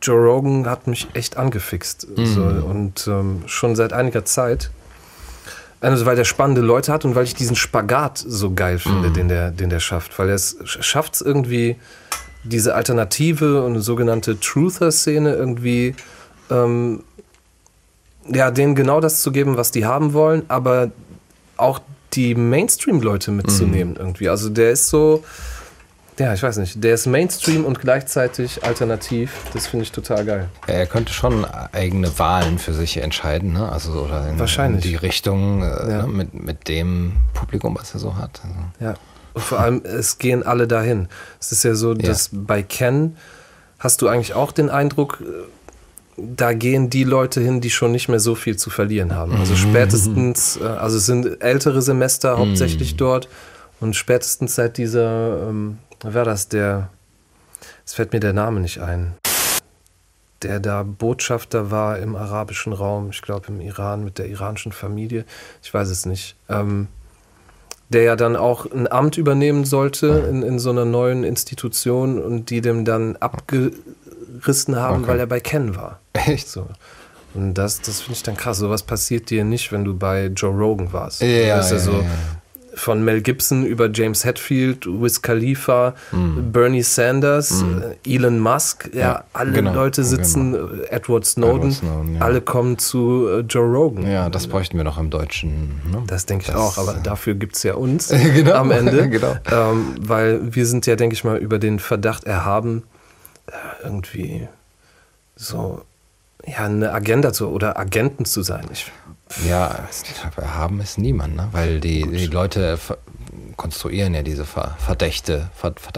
Joe Rogan hat mich echt angefixt. So, und schon seit einiger Zeit. Also weil der spannende Leute hat und weil ich diesen Spagat so geil finde, den der schafft. Weil er es schafft irgendwie, diese alternative und sogenannte Truther-Szene irgendwie, denen genau das zu geben, was die haben wollen, aber auch die Mainstream-Leute mitzunehmen irgendwie. Also der ist so, ja, ich weiß nicht, der ist Mainstream und gleichzeitig alternativ. Das finde ich total geil. Er könnte schon eigene Wahlen für sich entscheiden, ne? Also oder in die Richtung mit dem Publikum, was er so hat. Also. Ja, und vor allem, es gehen alle dahin. Es ist ja so, dass bei Ken hast du eigentlich auch den Eindruck, da gehen die Leute hin, die schon nicht mehr so viel zu verlieren haben. Also spätestens, also es sind ältere Semester hauptsächlich dort und spätestens seit dieser, wer war das, es fällt mir der Name nicht ein, der da Botschafter war im arabischen Raum, ich glaube im Iran mit der iranischen Familie, ich weiß es nicht, der ja dann auch ein Amt übernehmen sollte in so einer neuen Institution und die dem dann abgerissen haben, weil er bei Ken war. Echt? So. Und das finde ich dann krass. Sowas passiert dir nicht, wenn du bei Joe Rogan warst. Ja, das ist ja so von Mel Gibson über James Hetfield, Wiz Khalifa, Bernie Sanders, Elon Musk, alle Leute sitzen, Edward Snowden, alle kommen zu Joe Rogan. Ja, das bräuchten wir noch im Deutschen. Ne? Das denke ich auch, aber dafür gibt es ja uns am Ende. Weil wir sind ja, denke ich mal, über den Verdacht erhaben, irgendwie so eine Agenda oder Agenten zu sein. Haben es niemand, ne? Weil die Leute konstruieren ja diese Verdachte.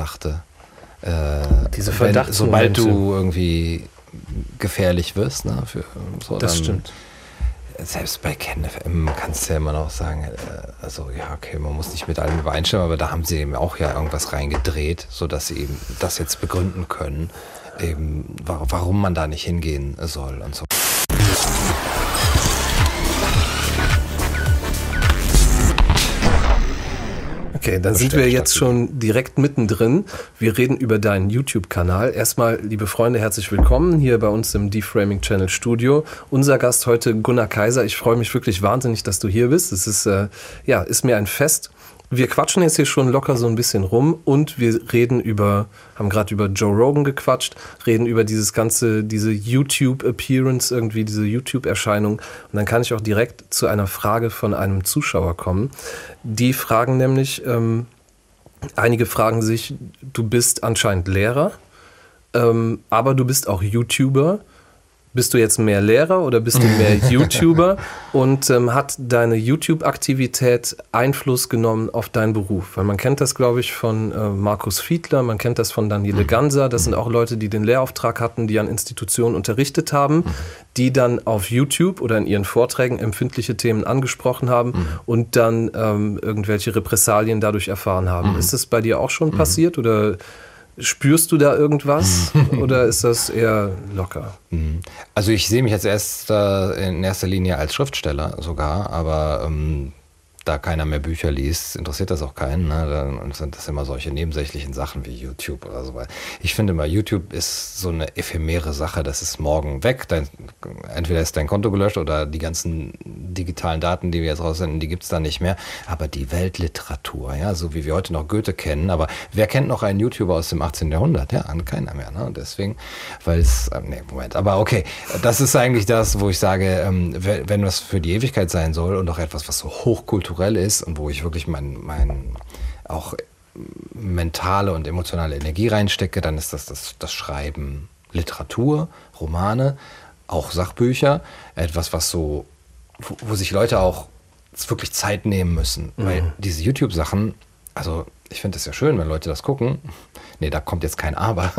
Diese Verdachte. Sobald du irgendwie gefährlich wirst, ne? Das stimmt. Selbst bei KenFM kannst du ja immer noch sagen, man muss nicht mit allem übereinstimmen, aber da haben sie eben auch ja irgendwas reingedreht, sodass sie eben das jetzt begründen können, eben warum man da nicht hingehen soll und so. Okay, dann sind wir jetzt schon direkt mittendrin. Wir reden über deinen YouTube-Kanal. Erstmal, liebe Freunde, herzlich willkommen hier bei uns im Deframing Channel Studio. Unser Gast heute Gunnar Kaiser. Ich freue mich wirklich wahnsinnig, dass du hier bist. Es ist, ist mir ein Fest. Wir quatschen jetzt hier schon locker so ein bisschen rum und wir haben gerade über Joe Rogan gequatscht, reden über diese YouTube-Appearance, irgendwie diese YouTube-Erscheinung. Und dann kann ich auch direkt zu einer Frage von einem Zuschauer kommen. Die fragen nämlich, einige fragen sich, du bist anscheinend Lehrer, aber du bist auch YouTuber. Bist du jetzt mehr Lehrer oder bist du mehr YouTuber? Und hat deine YouTube-Aktivität Einfluss genommen auf deinen Beruf? Weil man kennt das, glaube ich, von Markus Fiedler, man kennt das von Daniele Ganser. Das sind auch Leute, die den Lehrauftrag hatten, die an Institutionen unterrichtet haben, die dann auf YouTube oder in ihren Vorträgen empfindliche Themen angesprochen haben und dann irgendwelche Repressalien dadurch erfahren haben. Ist das bei dir auch schon passiert oder spürst du da irgendwas oder ist das eher locker? Also ich sehe mich jetzt in erster Linie als Schriftsteller sogar, aber da keiner mehr Bücher liest, interessiert das auch keinen. Ne? Dann sind das immer solche nebensächlichen Sachen wie YouTube oder so. Ich finde mal, YouTube ist so eine ephemere Sache, das ist morgen weg. Entweder ist dein Konto gelöscht oder die ganzen digitalen Daten, die wir jetzt raussenden, die gibt es da nicht mehr. Aber die Weltliteratur, ja, so wie wir heute noch Goethe kennen, aber wer kennt noch einen YouTuber aus dem 18. Jahrhundert? Ja, keiner mehr. Ne? Deswegen, aber okay, das ist eigentlich das, wo ich sage, wenn das für die Ewigkeit sein soll und auch etwas, was so hochkulturell ist und wo ich wirklich mein auch mentale und emotionale Energie reinstecke, dann ist das Schreiben Literatur, Romane, auch Sachbücher, etwas, was so, wo sich Leute auch wirklich Zeit nehmen müssen, weil diese YouTube-Sachen, also ich finde es ja schön, wenn Leute das gucken, da kommt jetzt kein Aber,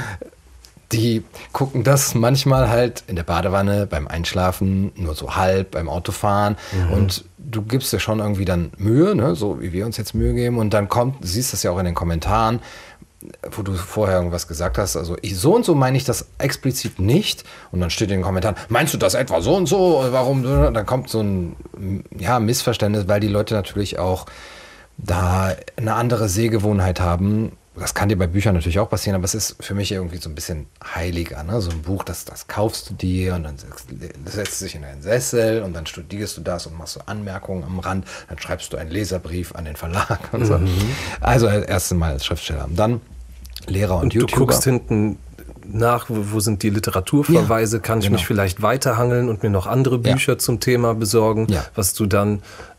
die gucken das manchmal halt in der Badewanne, beim Einschlafen, nur so halb, beim Autofahren und du gibst dir schon irgendwie dann Mühe, ne? So wie wir uns jetzt Mühe geben und dann du siehst das ja auch in den Kommentaren, wo du vorher irgendwas gesagt hast, also so und so meine ich das explizit nicht und dann steht in den Kommentaren, meinst du das etwa so und so, warum, dann kommt so ein Missverständnis, weil die Leute natürlich auch da eine andere Sehgewohnheit haben das kann dir bei Büchern natürlich auch passieren, aber es ist für mich irgendwie so ein bisschen heiliger. Ne? So ein Buch, das kaufst du dir und dann setzt du dich in einen Sessel und dann studierst du das und machst so Anmerkungen am Rand, dann schreibst du einen Leserbrief an den Verlag und so. Also das erste Mal als Schriftsteller. Und dann Lehrer und YouTuber. Du guckst hinten nach, wo sind die Literaturverweise, kann ich mich vielleicht weiterhangeln und mir noch andere Bücher zum Thema besorgen, was du dann,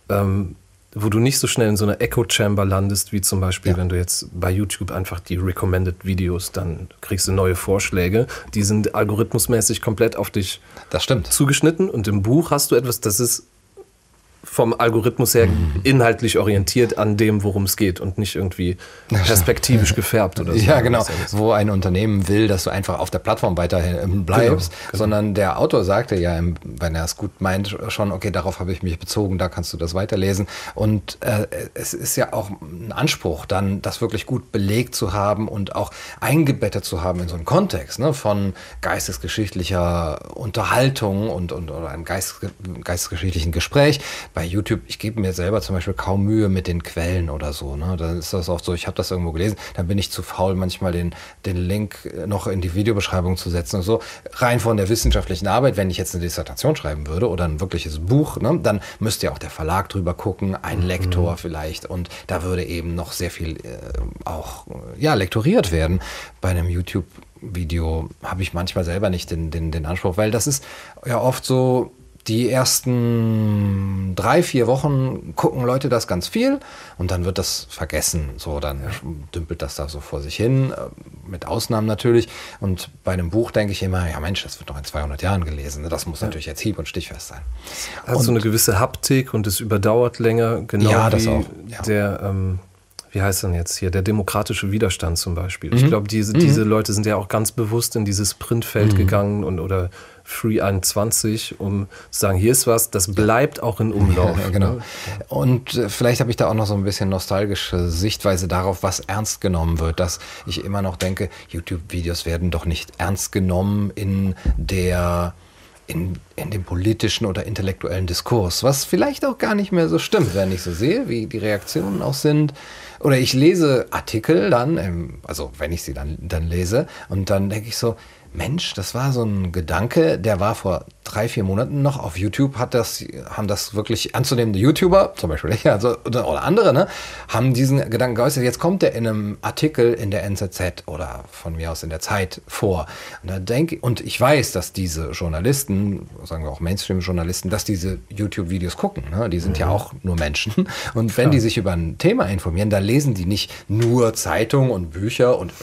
wo du nicht so schnell in so einer Echo-Chamber landest, wie zum Beispiel, wenn du jetzt bei YouTube einfach die Recommended Videos, dann kriegst du neue Vorschläge, die sind algorithmusmäßig komplett auf dich zugeschnitten und im Buch hast du etwas, das ist vom Algorithmus her inhaltlich orientiert an dem, worum es geht und nicht irgendwie perspektivisch gefärbt oder so. Ja, genau. Wo ein Unternehmen will, dass du einfach auf der Plattform weiterhin bleibst, sondern der Autor sagte ja, wenn er es gut meint, schon, okay, darauf habe ich mich bezogen, da kannst du das weiterlesen. Und es ist ja auch ein Anspruch, dann das wirklich gut belegt zu haben und auch eingebettet zu haben in so einen Kontext, ne, von geistesgeschichtlicher Unterhaltung und oder einem geistesgeschichtlichen Gespräch. Bei YouTube, ich gebe mir selber zum Beispiel kaum Mühe mit den Quellen oder so. Ne? Dann ist das auch so, ich habe das irgendwo gelesen, dann bin ich zu faul, manchmal den Link noch in die Videobeschreibung zu setzen und so. Rein von der wissenschaftlichen Arbeit, wenn ich jetzt eine Dissertation schreiben würde oder ein wirkliches Buch, ne, dann müsste ja auch der Verlag drüber gucken, ein Lektor vielleicht. Und da würde eben noch sehr viel auch lektoriert werden. Bei einem YouTube-Video habe ich manchmal selber nicht den Anspruch, weil das ist ja oft so, die ersten 3-4 Wochen gucken Leute das ganz viel und dann wird das vergessen. So, dann dümpelt das da so vor sich hin, mit Ausnahmen natürlich. Und bei einem Buch denke ich immer, ja Mensch, das wird noch in 200 Jahren gelesen. Das muss natürlich jetzt hieb- und stichfest sein. Hat so eine gewisse Haptik und es überdauert länger, genau wie das auch. Der, wie heißt denn jetzt hier, der demokratische Widerstand zum Beispiel. Ich glaube, diese Leute sind ja auch ganz bewusst in dieses Printfeld gegangen oder Free 21, um zu sagen, hier ist was, das bleibt auch in Umlauf. Ja, genau. Und vielleicht habe ich da auch noch so ein bisschen nostalgische Sichtweise darauf, was ernst genommen wird, dass ich immer noch denke, YouTube-Videos werden doch nicht ernst genommen in dem politischen oder intellektuellen Diskurs, was vielleicht auch gar nicht mehr so stimmt, wenn ich so sehe, wie die Reaktionen auch sind. Oder ich lese Artikel dann, also wenn ich sie dann lese, und dann denke ich so, Mensch, das war so ein Gedanke, der war vor 3-4 Monaten noch auf YouTube, haben das wirklich ernstzunehmende YouTuber, zum Beispiel ich, also, oder andere, ne, haben diesen Gedanken geäußert. Jetzt kommt der in einem Artikel in der NZZ oder von mir aus in der Zeit vor. Und ich weiß, dass diese Journalisten, sagen wir auch Mainstream-Journalisten, dass diese YouTube-Videos gucken. Ne? Die sind ja auch nur Menschen. Und wenn die sich über ein Thema informieren, dann lesen die nicht nur Zeitungen und Bücher und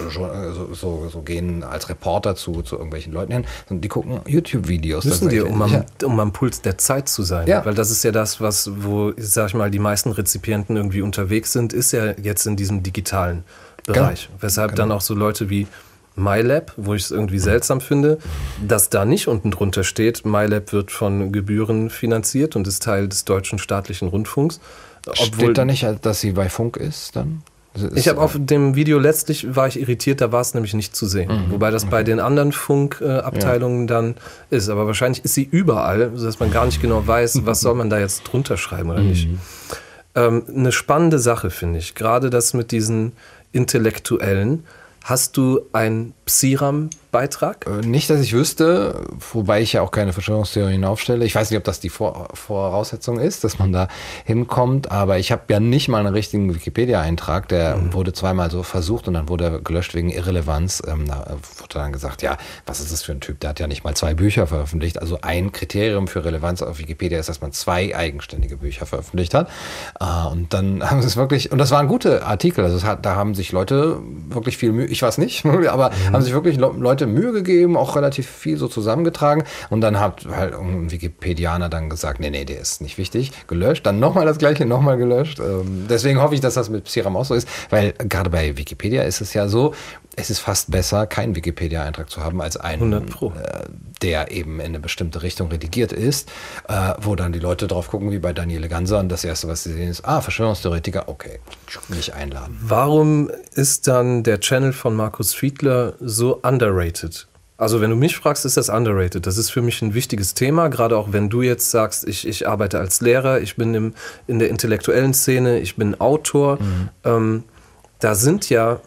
so gehen als Reporter zu irgendwelchen Leuten hin, sondern die gucken YouTube-Videos. Müssen die, um am Puls der Zeit zu sein. Ja. Weil das ist ja das, wo, sag ich mal, die meisten Rezipienten irgendwie unterwegs sind, ist ja jetzt in diesem digitalen Bereich. Weshalb dann auch so Leute wie MyLab, wo ich es irgendwie seltsam finde, dass da nicht unten drunter steht, MyLab wird von Gebühren finanziert und ist Teil des deutschen staatlichen Rundfunks. Steht da nicht, dass sie bei Funk ist dann? Ich habe auf dem Video letztlich, war ich irritiert, da war es nämlich nicht zu sehen. Wobei das bei den anderen Funkabteilungen dann ist. Aber wahrscheinlich ist sie überall, sodass man gar nicht genau weiß, was soll man da jetzt drunter schreiben oder nicht. Eine spannende Sache, finde ich. Gerade das mit diesen Intellektuellen. Hast du einen Psiram-Beitrag? Nicht, dass ich wüsste, wobei ich ja auch keine Verschwörungstheorien aufstelle. Ich weiß nicht, ob das die Voraussetzung ist, dass man da hinkommt, aber ich habe ja nicht mal einen richtigen Wikipedia-Eintrag, der wurde zweimal so versucht und dann wurde er gelöscht wegen Irrelevanz. Da wurde dann gesagt, ja, was ist das für ein Typ, der hat ja nicht mal 2 Bücher veröffentlicht. Also ein Kriterium für Relevanz auf Wikipedia ist, dass man 2 eigenständige Bücher veröffentlicht hat. Und dann haben sie es wirklich, und das waren gute Artikel, also da haben sich Leute wirklich viel Mühe, ich weiß nicht, aber haben sich wirklich Leute Mühe gegeben, auch relativ viel so zusammengetragen und dann hat halt ein Wikipedianer dann gesagt, nee, der ist nicht wichtig, gelöscht, dann nochmal das Gleiche, nochmal gelöscht. Deswegen hoffe ich, dass das mit Psiram auch so ist, weil gerade bei Wikipedia ist es ja so, es ist fast besser, keinen Wikipedia-Eintrag zu haben, als einen, der eben in eine bestimmte Richtung redigiert ist, wo dann die Leute drauf gucken, wie bei Daniele Ganser und das Erste, was sie sehen, ist, Verschwörungstheoretiker, okay, nicht einladen. Warum ist dann der Channel von Markus Fiedler so underrated? Also wenn du mich fragst, ist das underrated. Das ist für mich ein wichtiges Thema, gerade auch wenn du jetzt sagst, ich arbeite als Lehrer, ich bin in der intellektuellen Szene, ich bin Autor. Da sind ja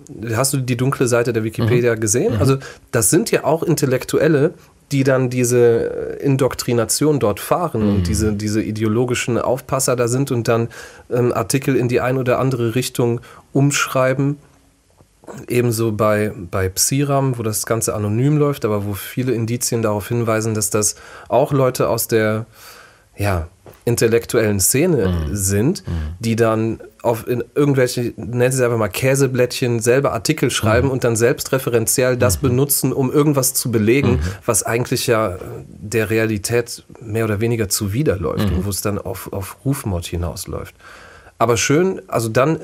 hast du die dunkle Seite der Wikipedia gesehen? Also das sind ja auch Intellektuelle, die dann diese Indoktrination dort fahren und diese ideologischen Aufpasser da sind und dann Artikel in die eine oder andere Richtung umschreiben. Ebenso bei Psiram, wo das Ganze anonym läuft, aber wo viele Indizien darauf hinweisen, dass das auch Leute aus der intellektuellen Szene sind, die dann in irgendwelche, nennen sie es einfach mal Käseblättchen, selber Artikel schreiben und dann selbstreferenziell das benutzen, um irgendwas zu belegen, was eigentlich ja der Realität mehr oder weniger zuwiderläuft und wo es dann auf Rufmord hinausläuft. Aber schön, also dann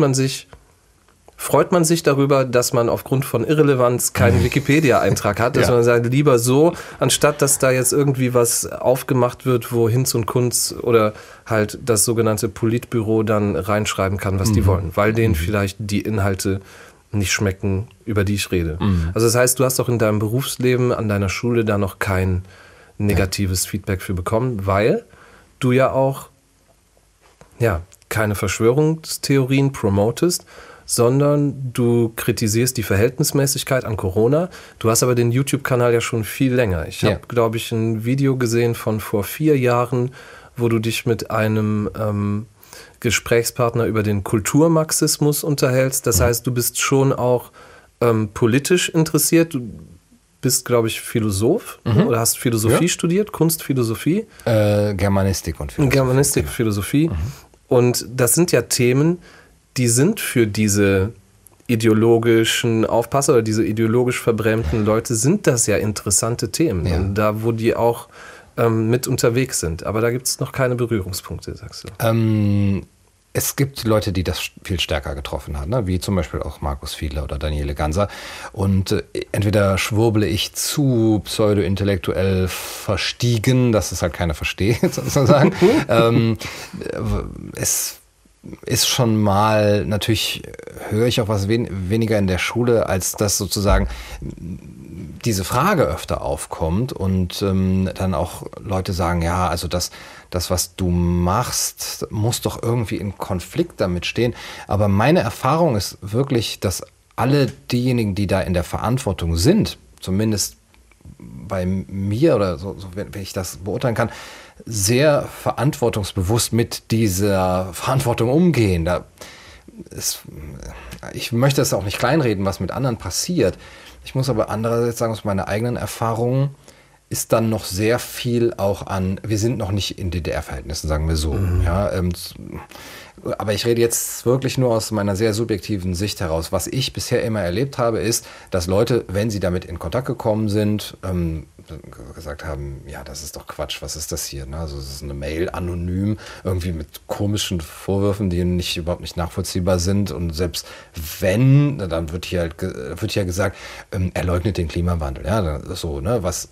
freut man sich darüber, dass man aufgrund von Irrelevanz keinen Wikipedia-Eintrag hat, dass man sagt, lieber so, anstatt dass da jetzt irgendwie was aufgemacht wird, wo Hinz und Kunz oder halt das sogenannte Politbüro dann reinschreiben kann, was die wollen, weil denen vielleicht die Inhalte nicht schmecken, über die ich rede. Also das heißt, du hast auch in deinem Berufsleben, an deiner Schule da noch kein negatives Feedback für bekommen, weil du ja auch keine Verschwörungstheorien promotest, sondern du kritisierst die Verhältnismäßigkeit an Corona. Du hast aber den YouTube-Kanal ja schon viel länger. Ich habe, glaube ich, ein Video gesehen von vor 4 Jahren, wo du dich mit einem Gesprächspartner über den Kulturmarxismus unterhältst. Das heißt, du bist schon auch politisch interessiert. Du bist, glaube ich, Philosoph oder hast Philosophie studiert, Kunstphilosophie. Germanistik und Philosophie. Germanistik, Philosophie. Und das sind ja Themen, die sind für diese ideologischen Aufpasser oder diese ideologisch verbrämten Leute, sind das ja interessante Themen. Ja. Und da, wo die auch mit unterwegs sind. Aber da gibt es noch keine Berührungspunkte, sagst du. Es gibt Leute, die das viel stärker getroffen haben, ne? Wie zum Beispiel auch Markus Fiedler oder Daniele Ganser. Und entweder schwurble ich zu pseudo-intellektuell verstiegen, dass es halt keiner versteht, sozusagen. Es ist schon mal, natürlich höre ich auch was weniger in der Schule, als dass sozusagen diese Frage öfter aufkommt und dann auch Leute sagen, ja, also das, was du machst, muss doch irgendwie in Konflikt damit stehen. Aber meine Erfahrung ist wirklich, dass alle diejenigen, die da in der Verantwortung sind, zumindest bei mir oder so wenn ich das beurteilen kann, sehr verantwortungsbewusst mit dieser Verantwortung umgehen. Ich möchte es auch nicht kleinreden, was mit anderen passiert. Ich muss aber andererseits sagen, aus meiner eigenen Erfahrung ist dann noch sehr viel auch wir sind noch nicht in DDR-Verhältnissen, sagen wir so. Ja, aber ich rede jetzt wirklich nur aus meiner sehr subjektiven Sicht heraus. Was ich bisher immer erlebt habe, ist, dass Leute, wenn sie damit in Kontakt gekommen sind, gesagt haben, ja, das ist doch Quatsch, was ist das hier? Ne? Also es ist eine Mail anonym, irgendwie mit komischen Vorwürfen, die überhaupt nicht nachvollziehbar sind. Und selbst wenn, dann wird hier gesagt, er leugnet den Klimawandel. Ja, so, ne, was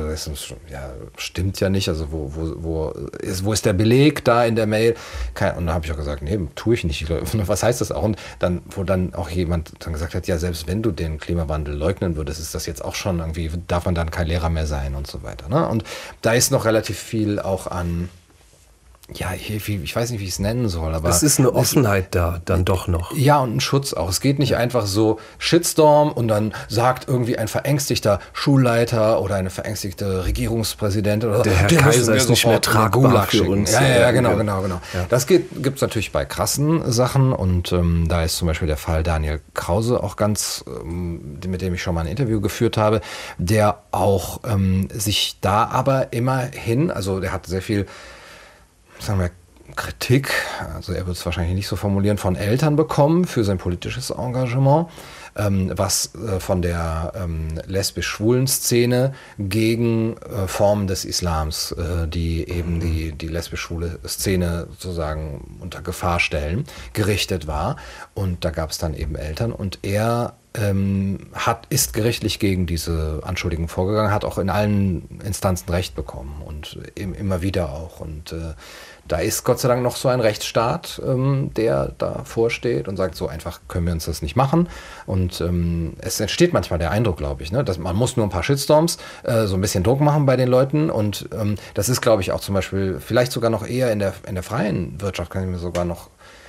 stimmt ja nicht. Also wo ist der Beleg da in der Mail? Und da habe ich auch gesagt, nee, tue ich nicht. Was heißt das auch? Und dann, wo dann auch jemand dann gesagt hat, ja, selbst wenn du den Klimawandel leugnen würdest, ist das jetzt auch schon irgendwie, darf man dann kein Lehrer mehr sein und so weiter. Ne? Und da ist noch relativ viel auch an, ja, ich weiß nicht, wie ich es nennen soll, aber... Es ist eine Offenheit da, dann doch noch. Ja, und ein Schutz auch. Es geht nicht einfach so Shitstorm und dann sagt irgendwie ein verängstigter Schulleiter oder eine verängstigte Regierungspräsidentin oder der Herr Kaiser ist nicht mehr tragbar für uns. Ja, genau. Ja. Das gibt es natürlich bei krassen Sachen und da ist zum Beispiel der Fall Daniel Krause auch ganz, mit dem ich schon mal ein Interview geführt habe, der auch sich da aber immerhin, also der hat sehr viel, sagen wir, Kritik, also er wird es wahrscheinlich nicht so formulieren, von Eltern bekommen für sein politisches Engagement, was von der lesbisch-schwulen Szene gegen Formen des Islams, die eben die lesbisch-schwule Szene sozusagen unter Gefahr stellen, gerichtet war. Und da gab es dann eben Eltern und er ist gerichtlich gegen diese Anschuldigungen vorgegangen, hat auch in allen Instanzen Recht bekommen und immer wieder auch. Und da ist Gott sei Dank noch so ein Rechtsstaat, der da vorsteht und sagt, so einfach können wir uns das nicht machen. Und es entsteht manchmal der Eindruck, glaube ich, ne, dass man muss nur ein paar Shitstorms, so ein bisschen Druck machen bei den Leuten. Und das ist, glaube ich, auch zum Beispiel vielleicht sogar noch eher in der freien Wirtschaft, kann ich mir sogar noch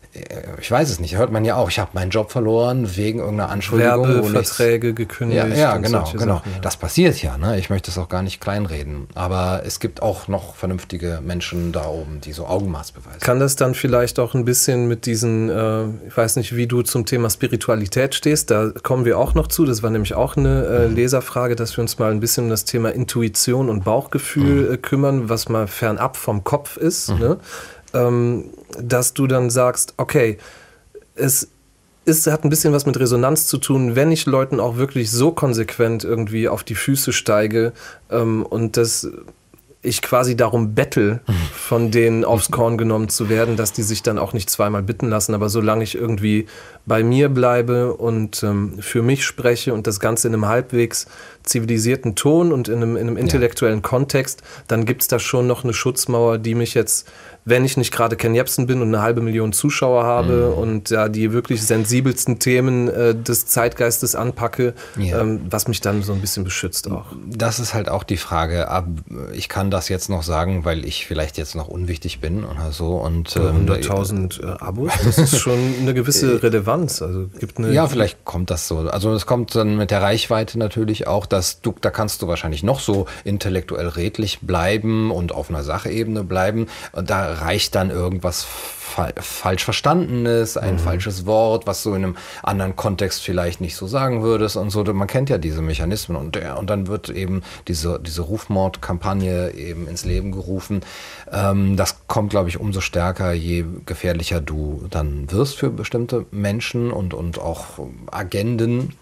ich weiß es nicht, hört man ja auch, ich habe meinen Job verloren wegen irgendeiner Anschuldigung. Werbeverträge gekündigt. Ja, genau. Sachen, ja. Das passiert ja, ne? Ich möchte es auch gar nicht kleinreden. Aber es gibt auch noch vernünftige Menschen da oben, die so Augenmaß beweisen. Kann das dann vielleicht auch ein bisschen mit diesen, ich weiß nicht, wie du zum Thema Spiritualität stehst, da kommen wir auch noch zu, das war nämlich auch eine Leserfrage, dass wir uns mal ein bisschen um das Thema Intuition und Bauchgefühl kümmern, was mal fernab vom Kopf ist, ne? Dass du dann sagst, okay, es hat ein bisschen was mit Resonanz zu tun, wenn ich Leuten auch wirklich so konsequent irgendwie auf die Füße steige und das ich quasi darum bettel, von denen aufs Korn genommen zu werden, dass die sich dann auch nicht zweimal bitten lassen. Aber solange ich irgendwie bei mir bleibe und für mich spreche und das Ganze in einem halbwegs zivilisierten Ton und in einem intellektuellen Kontext, dann gibt es da schon noch eine Schutzmauer, die mich jetzt, wenn ich nicht gerade Ken Jebsen bin und 500.000 Zuschauer habe und ja die wirklich sensibelsten Themen des Zeitgeistes anpacke, was mich dann so ein bisschen beschützt auch. Das ist halt auch die Frage. Ich kann das jetzt noch sagen, weil ich vielleicht jetzt noch unwichtig bin oder so. Und 100.000 Abos, das ist schon eine gewisse Relevanz. Also ja, vielleicht kommt das so. Also es kommt dann mit der Reichweite natürlich auch, dass da kannst du wahrscheinlich noch so intellektuell redlich bleiben und auf einer Sachebene bleiben. Und da reicht dann irgendwas falsch Verstandenes, ein falsches Wort, was du in einem anderen Kontext vielleicht nicht so sagen würdest und so. Man kennt ja diese Mechanismen und dann wird eben diese Rufmordkampagne eben ins Leben gerufen. Das kommt, glaube ich, umso stärker, je gefährlicher du dann wirst für bestimmte Menschen und auch Agenden.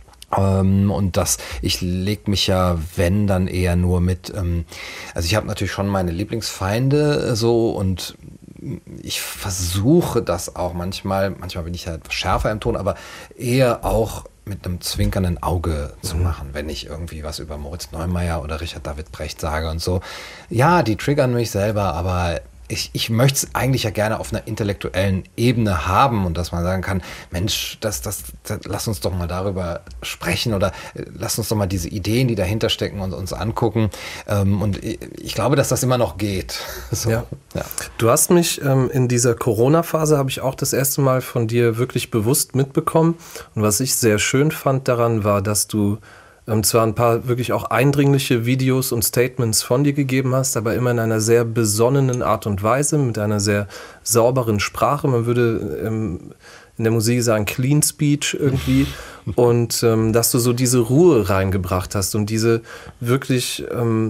Und ich lege mich ja, wenn, dann eher nur mit, also ich habe natürlich schon meine Lieblingsfeinde so und ich versuche das auch manchmal bin ich ja etwas schärfer im Ton, aber eher auch mit einem zwinkernden Auge zu machen, wenn ich irgendwie was über Moritz Neumeier oder Richard David Brecht sage und so. Ja, die triggern mich selber, aber ich möchte es eigentlich ja gerne auf einer intellektuellen Ebene haben und dass man sagen kann, Mensch, lass uns doch mal darüber sprechen oder lass uns doch mal diese Ideen, die dahinter stecken, und uns angucken. Und ich glaube, dass das immer noch geht. So. Ja. Du hast mich in dieser Corona-Phase, habe ich auch das erste Mal von dir wirklich bewusst mitbekommen. Und was ich sehr schön fand daran war, dass du zwar ein paar wirklich auch eindringliche Videos und Statements von dir gegeben hast, aber immer in einer sehr besonnenen Art und Weise, mit einer sehr sauberen Sprache. Man würde in der Musik sagen Clean Speech irgendwie. Und dass du so diese Ruhe reingebracht hast und diese wirklich,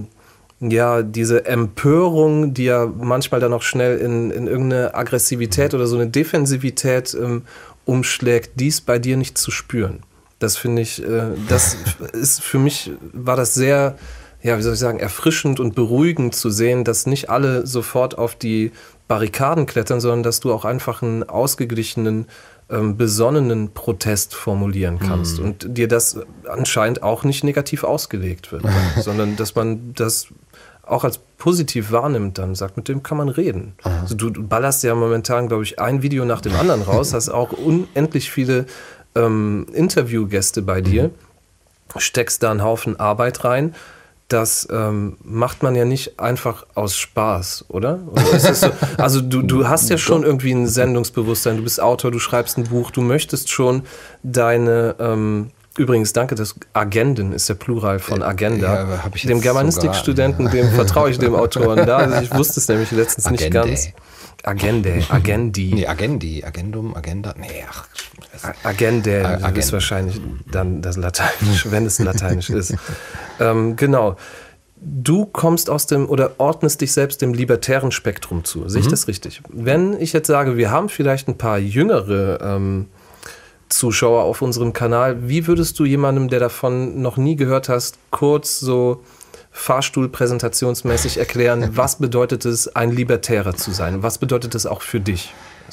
diese Empörung, die ja manchmal dann auch schnell in irgendeine Aggressivität oder so eine Defensivität umschlägt, dies bei dir nicht zu spüren. Das finde ich, das ist für mich, war das sehr, erfrischend und beruhigend zu sehen, dass nicht alle sofort auf die Barrikaden klettern, sondern dass du auch einfach einen ausgeglichenen, besonnenen Protest formulieren kannst und dir das anscheinend auch nicht negativ ausgelegt wird, sondern dass man das auch als positiv wahrnimmt, dann sagt, mit dem kann man reden. Also du ballerst ja momentan, glaube ich, ein Video nach dem anderen raus, hast auch unendlich viele Interviewgäste bei dir, steckst da einen Haufen Arbeit rein. Das macht man ja nicht einfach aus Spaß, oder? Oder ist das so? Also du hast ja schon irgendwie ein Sendungsbewusstsein, du bist Autor, du schreibst ein Buch, du möchtest schon deine, übrigens, danke, das Agenden ist der Plural von Agenda. Ja, dem Germanistikstudenten, dem vertraue ich dem Autoren da. Also ich wusste es nämlich letztens nicht ganz. Agendi. Nee, Agendi, Agendum, Agenda. Nee, ach. Agende ist wahrscheinlich dann das Lateinisch, wenn es Lateinisch ist. Genau. Du kommst aus dem oder ordnest dich selbst dem libertären Spektrum zu. Sehe ich das richtig? Wenn ich jetzt sage, wir haben vielleicht ein paar jüngere Zuschauer auf unserem Kanal, wie würdest du jemandem, der davon noch nie gehört hast, kurz so Fahrstuhlpräsentationsmäßig erklären, was bedeutet es, ein Libertärer zu sein? Was bedeutet es auch für dich?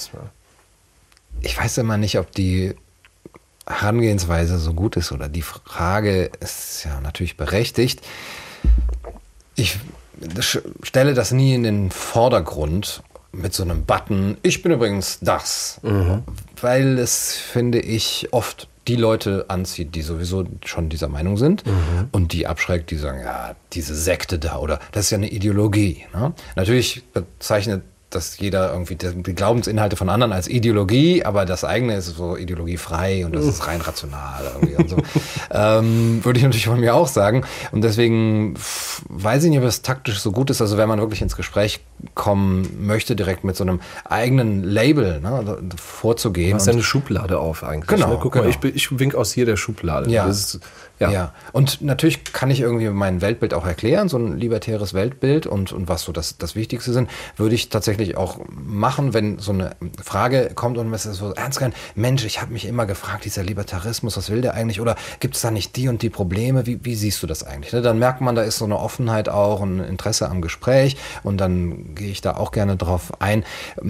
Ich weiß immer nicht, ob die Herangehensweise so gut ist oder die Frage ist ja natürlich berechtigt. Ich stelle das nie in den Vordergrund mit so einem Button, ich bin übrigens das, weil es, finde ich, oft die Leute anzieht, die sowieso schon dieser Meinung sind und die abschreckt, die sagen, ja, diese Sekte da oder das ist ja eine Ideologie. Ne? Natürlich bezeichnet dass jeder irgendwie die Glaubensinhalte von anderen als Ideologie, aber das eigene ist so ideologiefrei und das ist rein rational irgendwie und so. Würde ich natürlich von mir auch sagen. Und deswegen weiß ich nicht, ob es taktisch so gut ist. Also wenn man wirklich ins Gespräch kommen möchte, direkt mit so einem eigenen Label, ne, vorzugehen. Du hast ja eine Schublade auf eigentlich. Genau. Ne? Guck mal, ich wink aus hier der Schublade. Ja. Das ist, Ja, und natürlich kann ich irgendwie mein Weltbild auch erklären, so ein libertäres Weltbild und was so das Wichtigste sind, würde ich tatsächlich auch machen, wenn so eine Frage kommt und es ist so ernst gemeint, Mensch, ich habe mich immer gefragt, dieser Libertarismus, was will der eigentlich oder gibt es da nicht die und die Probleme, wie siehst du das eigentlich? Ne? Dann merkt man, da ist so eine Offenheit auch und ein Interesse am Gespräch und dann gehe ich da auch gerne drauf ein.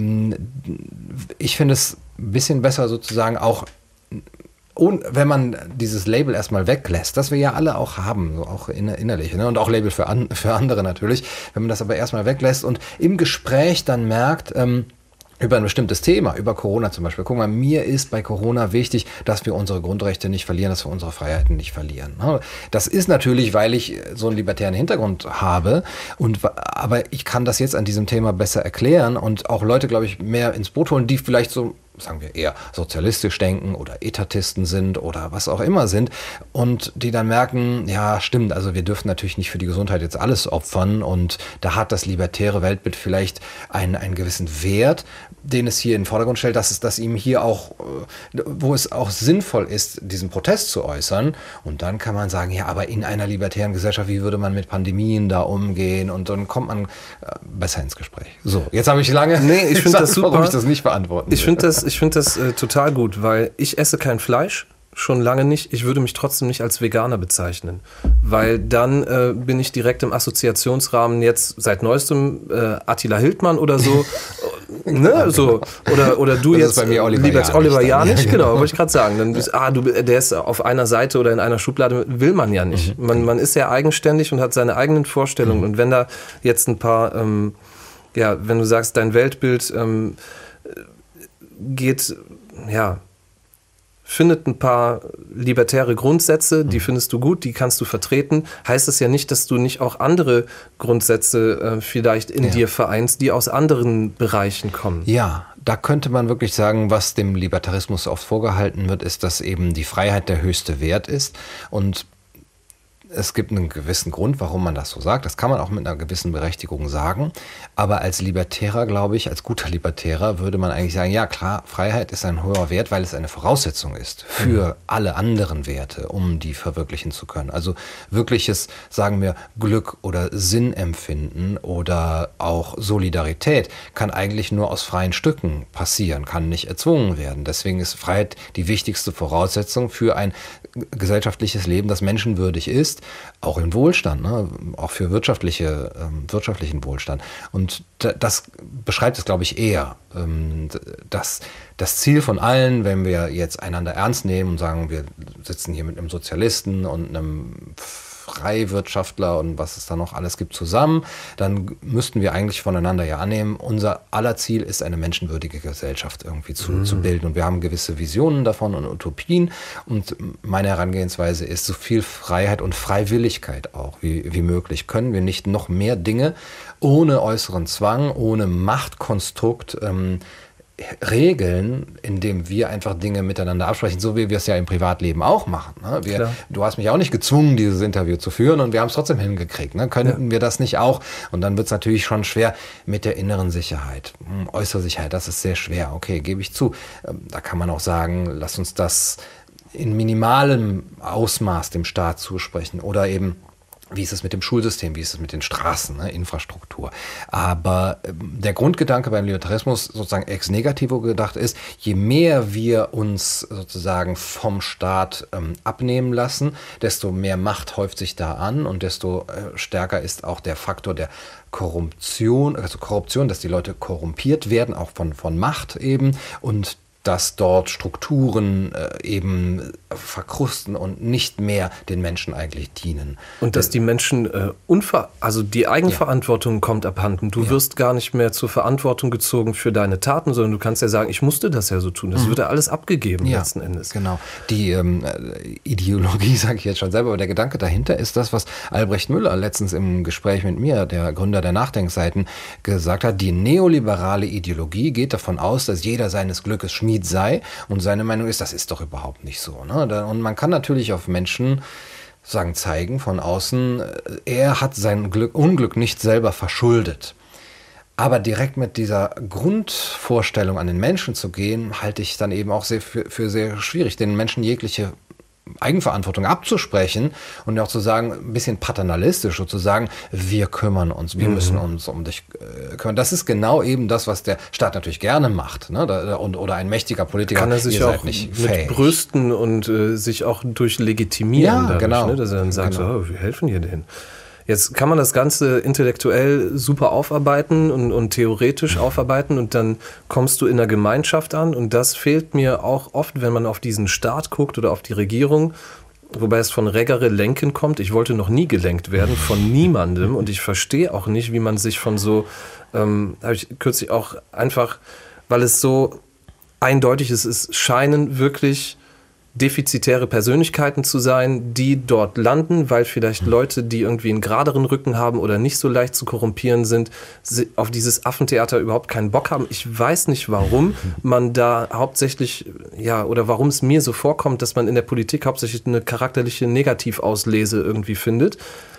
Ich finde es ein bisschen besser sozusagen auch, und wenn man dieses Label erstmal weglässt, das wir ja alle auch haben, so auch innerlich, ne? Und auch Label für andere natürlich, wenn man das aber erstmal weglässt und im Gespräch dann merkt, über ein bestimmtes Thema, über Corona zum Beispiel. Guck mal, mir ist bei Corona wichtig, dass wir unsere Grundrechte nicht verlieren, dass wir unsere Freiheiten nicht verlieren. Das ist natürlich, weil ich so einen libertären Hintergrund habe, aber ich kann das jetzt an diesem Thema besser erklären und auch Leute, glaube ich, mehr ins Boot holen, die vielleicht so, sagen wir, eher sozialistisch denken oder Etatisten sind oder was auch immer sind und die dann merken, ja, stimmt, also wir dürfen natürlich nicht für die Gesundheit jetzt alles opfern und da hat das libertäre Weltbild vielleicht einen gewissen Wert, den es hier in den Vordergrund stellt, dass ihm hier auch, wo es auch sinnvoll ist, diesen Protest zu äußern und dann kann man sagen, ja, aber in einer libertären Gesellschaft, wie würde man mit Pandemien da umgehen und dann kommt man besser ins Gespräch. So, jetzt habe ich lange ich finde das super. Warum ich das nicht beantworten will. Ich finde das total gut, weil ich esse kein Fleisch, schon lange nicht. Ich würde mich trotzdem nicht als Veganer bezeichnen, weil dann bin ich direkt im Assoziationsrahmen jetzt seit neuestem Attila Hildmann oder so. Ne, so oder du das jetzt ist bei mir Oliver Janich, genau, genau. wollte ich gerade sagen. Dann bist, der ist auf einer Seite oder in einer Schublade, will man ja nicht. Man ist ja eigenständig und hat seine eigenen Vorstellungen. Und wenn da jetzt ein paar, wenn du sagst, dein Weltbild findet ein paar libertäre Grundsätze, die findest du gut, die kannst du vertreten, heißt es ja nicht, dass du nicht auch andere Grundsätze vielleicht in dir vereinst, die aus anderen Bereichen kommen. Ja, da könnte man wirklich sagen, was dem Libertarismus oft vorgehalten wird, ist, dass eben die Freiheit der höchste Wert ist und es gibt einen gewissen Grund, warum man das so sagt. Das kann man auch mit einer gewissen Berechtigung sagen. Aber als Libertärer, glaube ich, als guter Libertärer würde man eigentlich sagen, ja klar, Freiheit ist ein hoher Wert, weil es eine Voraussetzung ist für alle anderen Werte, um die verwirklichen zu können. Also wirkliches, sagen wir, Glück oder Sinnempfinden oder auch Solidarität kann eigentlich nur aus freien Stücken passieren, kann nicht erzwungen werden. Deswegen ist Freiheit die wichtigste Voraussetzung für ein gesellschaftliches Leben, das menschenwürdig ist, auch im Wohlstand, ne? Auch für wirtschaftlichen Wohlstand. Und das beschreibt es, glaube ich, eher. Das Ziel von allen, wenn wir jetzt einander ernst nehmen und sagen, wir sitzen hier mit einem Sozialisten und einem Freiwirtschaftler und was es da noch alles gibt zusammen, dann müssten wir eigentlich voneinander ja annehmen, unser aller Ziel ist, eine menschenwürdige Gesellschaft irgendwie zu bilden. Und wir haben gewisse Visionen davon und Utopien. Und meine Herangehensweise ist, so viel Freiheit und Freiwilligkeit auch wie möglich. Können wir nicht noch mehr Dinge ohne äußeren Zwang, ohne Machtkonstrukt regeln, indem wir einfach Dinge miteinander absprechen, so wie wir es ja im Privatleben auch machen. Ne? Du hast mich auch nicht gezwungen, dieses Interview zu führen und wir haben es trotzdem hingekriegt. Ne? Könnten wir das nicht auch? Und dann wird es natürlich schon schwer mit der inneren Sicherheit. Äußere Sicherheit, das ist sehr schwer. Okay, gebe ich zu. Da kann man auch sagen, lass uns das in minimalem Ausmaß dem Staat zusprechen oder eben wie ist es mit dem Schulsystem, wie ist es mit den Straßen, ne, Infrastruktur. Aber der Grundgedanke beim Libertarismus sozusagen ex negativo gedacht ist, je mehr wir uns sozusagen vom Staat abnehmen lassen, desto mehr Macht häuft sich da an und desto stärker ist auch der Faktor der Korruption, dass die Leute korrumpiert werden, auch von Macht eben und dass dort Strukturen eben verkrusten und nicht mehr den Menschen eigentlich dienen. Und dass die Menschen also die Eigenverantwortung kommt abhanden. Du wirst gar nicht mehr zur Verantwortung gezogen für deine Taten, sondern du kannst ja sagen, ich musste das ja so tun. Das wird ja alles abgegeben letzten Endes. Genau. Die Ideologie, sage ich jetzt schon selber, aber der Gedanke dahinter ist das, was Albrecht Müller letztens im Gespräch mit mir, der Gründer der Nachdenkseiten, gesagt hat. Die neoliberale Ideologie geht davon aus, dass jeder seines Glückes Schmied sei, und seine Meinung ist, das ist doch überhaupt nicht so. Ne? Und man kann natürlich auf Menschen zeigen von außen, er hat sein Unglück nicht selber verschuldet. Aber direkt mit dieser Grundvorstellung an den Menschen zu gehen, halte ich dann eben auch für sehr schwierig, den Menschen jegliche Eigenverantwortung abzusprechen und auch zu sagen, ein bisschen paternalistisch sozusagen, wir kümmern uns, wir müssen uns um dich kümmern. Das ist genau eben das, was der Staat natürlich gerne macht. Ne? Oder ein mächtiger Politiker. Kann er sich auch nicht mit brüsten und sich auch durchlegitimieren. Ja, genau. Ne? Dass er dann sagt, so, wir helfen hier denen. Jetzt kann man das Ganze intellektuell super aufarbeiten und theoretisch aufarbeiten, und dann kommst du in der Gemeinschaft an, und das fehlt mir auch oft, wenn man auf diesen Staat guckt oder auf die Regierung, wobei es von Regere lenken kommt. Ich wollte noch nie gelenkt werden, von niemandem, und ich verstehe auch nicht, wie man sich von so, habe ich kürzlich auch einfach, weil es so eindeutig ist, es scheinen wirklich defizitäre Persönlichkeiten zu sein, die dort landen, weil vielleicht Leute, die irgendwie einen geraderen Rücken haben oder nicht so leicht zu korrumpieren sind, auf dieses Affentheater überhaupt keinen Bock haben. Ich weiß nicht, warum man da hauptsächlich, oder warum es mir so vorkommt, dass man in der Politik hauptsächlich eine charakterliche Negativauslese irgendwie findet.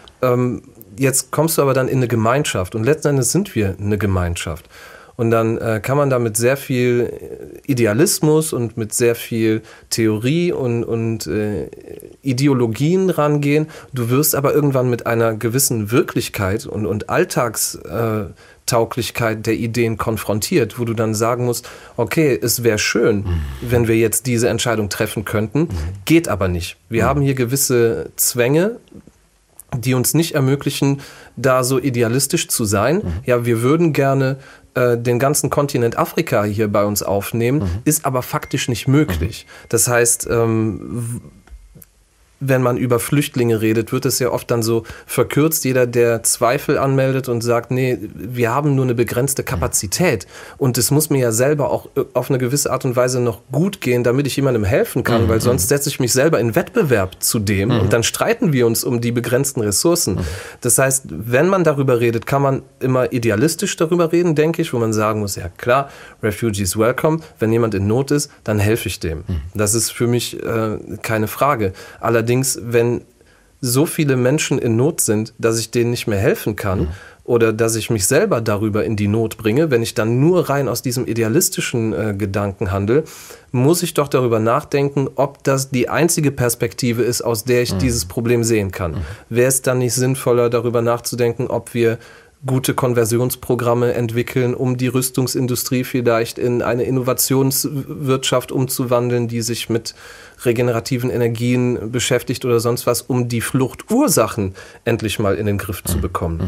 Jetzt kommst du aber dann in eine Gemeinschaft, und letzten Endes sind wir eine Gemeinschaft. Und dann kann man da mit sehr viel Idealismus und mit sehr viel Theorie und Ideologien rangehen. Du wirst aber irgendwann mit einer gewissen Wirklichkeit und Alltagstauglichkeit der Ideen konfrontiert, wo du dann sagen musst, okay, es wäre schön, wenn wir jetzt diese Entscheidung treffen könnten, geht aber nicht. Wir haben hier gewisse Zwänge, die uns nicht ermöglichen, da so idealistisch zu sein. Ja, wir würden gerne den ganzen Kontinent Afrika hier bei uns aufnehmen, ist aber faktisch nicht möglich. Das heißt, wenn man über Flüchtlinge redet, wird es ja oft dann so verkürzt. Jeder, der Zweifel anmeldet und sagt, nee, wir haben nur eine begrenzte Kapazität, und es muss mir ja selber auch auf eine gewisse Art und Weise noch gut gehen, damit ich jemandem helfen kann, weil sonst setze ich mich selber in Wettbewerb zu dem, und dann streiten wir uns um die begrenzten Ressourcen. Das heißt, wenn man darüber redet, kann man immer idealistisch darüber reden, denke ich, wo man sagen muss, ja klar, Refugees welcome, wenn jemand in Not ist, dann helfe ich dem. Das ist für mich keine Frage. Allerdings, wenn so viele Menschen in Not sind, dass ich denen nicht mehr helfen kann oder dass ich mich selber darüber in die Not bringe, wenn ich dann nur rein aus diesem idealistischen Gedanken handle, muss ich doch darüber nachdenken, ob das die einzige Perspektive ist, aus der ich dieses Problem sehen kann. Wäre es dann nicht sinnvoller, darüber nachzudenken, ob wir gute Konversionsprogramme entwickeln, um die Rüstungsindustrie vielleicht in eine Innovationswirtschaft umzuwandeln, die sich mit regenerativen Energien beschäftigt oder sonst was, um die Fluchtursachen endlich mal in den Griff zu bekommen.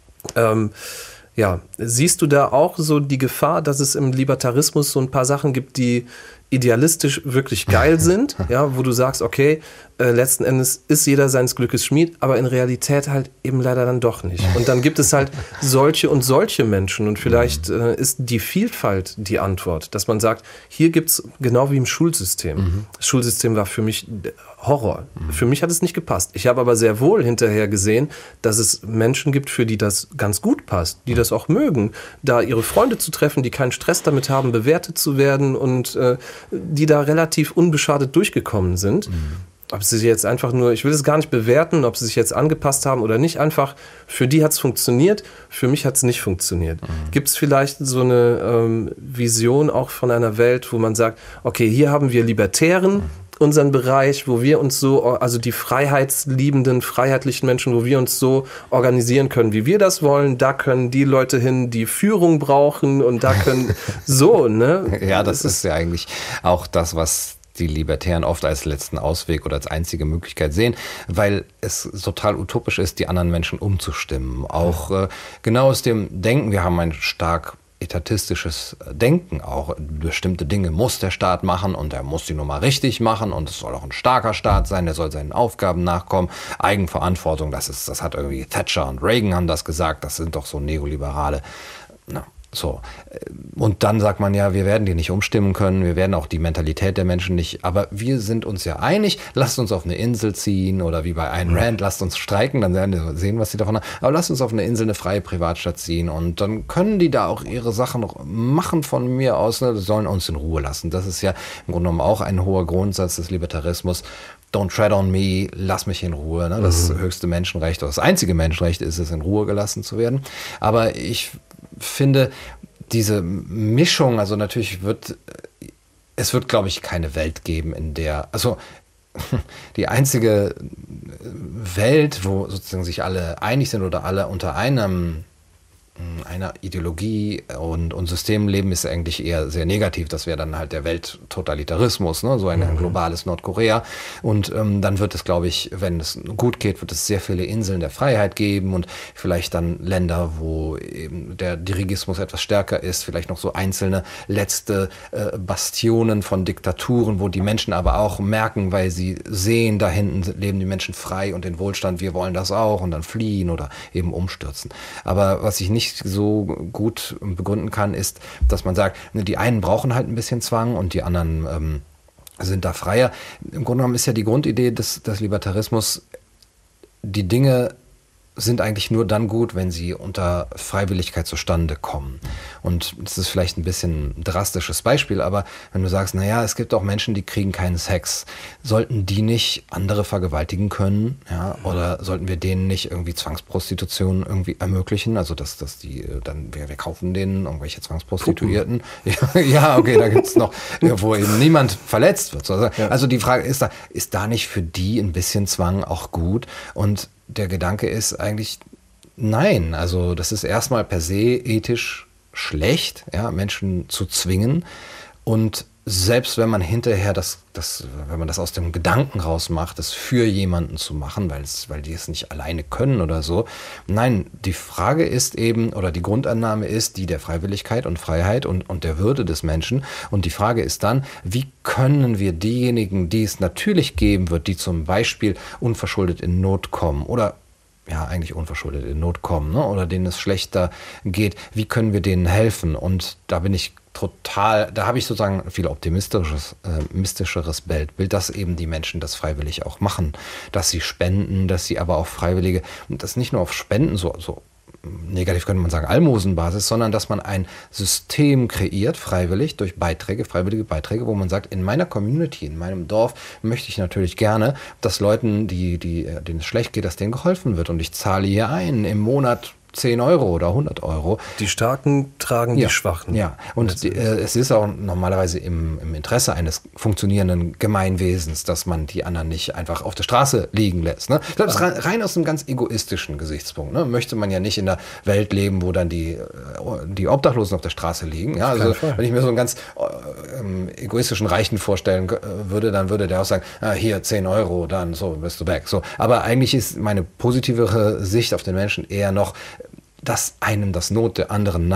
Siehst du da auch so die Gefahr, dass es im Libertarismus so ein paar Sachen gibt, die idealistisch wirklich geil sind, ja, wo du sagst, okay, letzten Endes ist jeder seines Glückes Schmied, aber in Realität halt eben leider dann doch nicht. Und dann gibt es halt solche und solche Menschen, und vielleicht ist die Vielfalt die Antwort, dass man sagt, hier gibt's genau wie im Schulsystem. Das Schulsystem war für mich Horror. Für mich hat es nicht gepasst. Ich habe aber sehr wohl hinterher gesehen, dass es Menschen gibt, für die das ganz gut passt, die das auch mögen, da ihre Freunde zu treffen, die keinen Stress damit haben, bewertet zu werden, und die da relativ unbeschadet durchgekommen sind. Ob sie sich jetzt einfach nur, ich will es gar nicht bewerten, ob sie sich jetzt angepasst haben oder nicht, einfach für die hat es funktioniert, für mich hat es nicht funktioniert. Gibt es vielleicht so eine Vision auch von einer Welt, wo man sagt, okay, hier haben wir Libertären, unseren Bereich, wo wir uns so, also die freiheitsliebenden, freiheitlichen Menschen, wo wir uns so organisieren können, wie wir das wollen, da können die Leute hin, die Führung brauchen, und da können so, ne? Ja, das ist ja eigentlich auch das, was die Libertären oft als letzten Ausweg oder als einzige Möglichkeit sehen, weil es total utopisch ist, die anderen Menschen umzustimmen. Auch genau aus dem Denken, wir haben ein stark etatistisches Denken auch. Bestimmte Dinge muss der Staat machen und er muss die Nummer richtig machen und es soll auch ein starker Staat sein, der soll seinen Aufgaben nachkommen. Eigenverantwortung, das hat irgendwie Thatcher und Reagan haben das gesagt, das sind doch so Neoliberale. Na, so. Und dann sagt man ja, wir werden die nicht umstimmen können, wir werden auch die Mentalität der Menschen nicht, aber wir sind uns ja einig, lasst uns auf eine Insel ziehen oder wie bei Ayn Rand, lasst uns streiken, dann werden wir sehen, was sie davon haben, aber lasst uns auf eine Insel, eine freie Privatstadt ziehen und dann können die da auch ihre Sachen noch machen von mir aus, ne? Sollen uns in Ruhe lassen. Das ist ja im Grunde genommen auch ein hoher Grundsatz des Libertarismus. Don't tread on me, lass mich in Ruhe. Ne? Das höchste Menschenrecht, oder das einzige Menschenrecht ist es, in Ruhe gelassen zu werden. Aber ich finde, diese Mischung, also natürlich wird, glaube ich, keine Welt geben, in der, also die einzige Welt, wo sozusagen sich alle einig sind oder alle unter einer Ideologie und System leben, ist eigentlich eher sehr negativ. Das wäre dann halt der Welttotalitarismus, ne? So ein globales Nordkorea. Und dann wird es, glaube ich, wenn es gut geht, wird es sehr viele Inseln der Freiheit geben und vielleicht dann Länder, wo eben der Dirigismus etwas stärker ist, vielleicht noch so einzelne letzte Bastionen von Diktaturen, wo die Menschen aber auch merken, weil sie sehen, da hinten leben die Menschen frei und in Wohlstand, wir wollen das auch und dann fliehen oder eben umstürzen. Aber was ich nicht so gut begründen kann, ist, dass man sagt, die einen brauchen halt ein bisschen Zwang und die anderen sind da freier. Im Grunde genommen ist ja die Grundidee des Libertarismus, die Dinge sind eigentlich nur dann gut, wenn sie unter Freiwilligkeit zustande kommen. Und das ist vielleicht ein bisschen ein drastisches Beispiel, aber wenn du sagst, naja, es gibt auch Menschen, die kriegen keinen Sex, sollten die nicht andere vergewaltigen können? Ja? Oder sollten wir denen nicht irgendwie Zwangsprostitution irgendwie ermöglichen? Also, dass die dann, wir kaufen denen irgendwelche Zwangsprostituierten. Ja, okay, da gibt's noch, wo eben niemand verletzt wird. Also die Frage ist da nicht für die ein bisschen Zwang auch gut? Und der Gedanke ist eigentlich, nein, also das ist erstmal per se ethisch schlecht, ja, Menschen zu zwingen. Und selbst wenn man hinterher wenn man das aus dem Gedanken rausmacht, das für jemanden zu machen, weil die es nicht alleine können oder so. Nein, die Frage ist eben, oder die Grundannahme ist die der Freiwilligkeit und Freiheit und der Würde des Menschen. Und die Frage ist dann, wie können wir diejenigen, die es natürlich geben wird, die zum Beispiel unverschuldet in Not kommen oder ja, eigentlich unverschuldet in Not kommen, ne? Oder denen es schlechter geht, wie können wir denen helfen? Und da bin ich da habe ich sozusagen ein viel mystischeres Bild, dass eben die Menschen das freiwillig auch machen, dass sie spenden, dass sie aber auch Freiwillige, und das nicht nur auf Spenden, so negativ könnte man sagen Almosenbasis, sondern dass man ein System kreiert, freiwillig, durch freiwillige Beiträge, wo man sagt, in meiner Community, in meinem Dorf möchte ich natürlich gerne, dass Leuten, denen es schlecht geht, dass denen geholfen wird und ich zahle hier ein im Monat 10 Euro oder 100 Euro. Die Starken tragen die Schwachen. Ja, und es ist auch normalerweise im Interesse eines funktionierenden Gemeinwesens, dass man die anderen nicht einfach auf der Straße liegen lässt. Ne? Das ist rein aus einem ganz egoistischen Gesichtspunkt. Ne? Möchte man ja nicht in einer Welt leben, wo dann die Obdachlosen auf der Straße liegen. Ja? Also wenn ich mir so einen ganz egoistischen Reichen vorstellen würde, dann würde der auch sagen, hier 10 Euro, dann so bist du weg. So. Aber eigentlich ist meine positivere Sicht auf den Menschen eher noch, dass einem das Not der anderen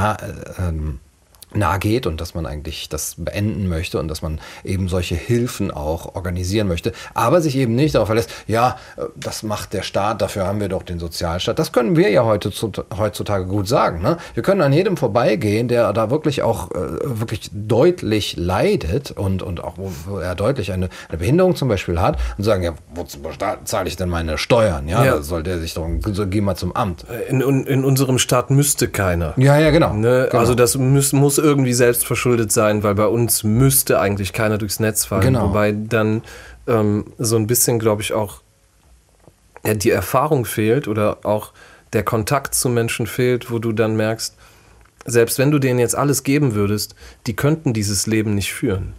nahe geht und dass man eigentlich das beenden möchte und dass man eben solche Hilfen auch organisieren möchte, aber sich eben nicht darauf verlässt, ja, das macht der Staat, dafür haben wir doch den Sozialstaat. Das können wir ja heutzutage gut sagen. Ne? Wir können an jedem vorbeigehen, der da wirklich auch wirklich deutlich leidet und auch wo er deutlich eine Behinderung zum Beispiel hat und sagen, ja, wo zahle ich denn meine Steuern? Ja, da soll der sich doch, so geh mal zum Amt. In unserem Staat müsste keiner. Ja, genau. Ne? Genau. Also das muss irgendwie selbst verschuldet sein, weil bei uns müsste eigentlich keiner durchs Netz fallen. Genau. Wobei dann so ein bisschen, glaube ich, auch die Erfahrung fehlt oder auch der Kontakt zu Menschen fehlt, wo du dann merkst, selbst wenn du denen jetzt alles geben würdest, die könnten dieses Leben nicht führen.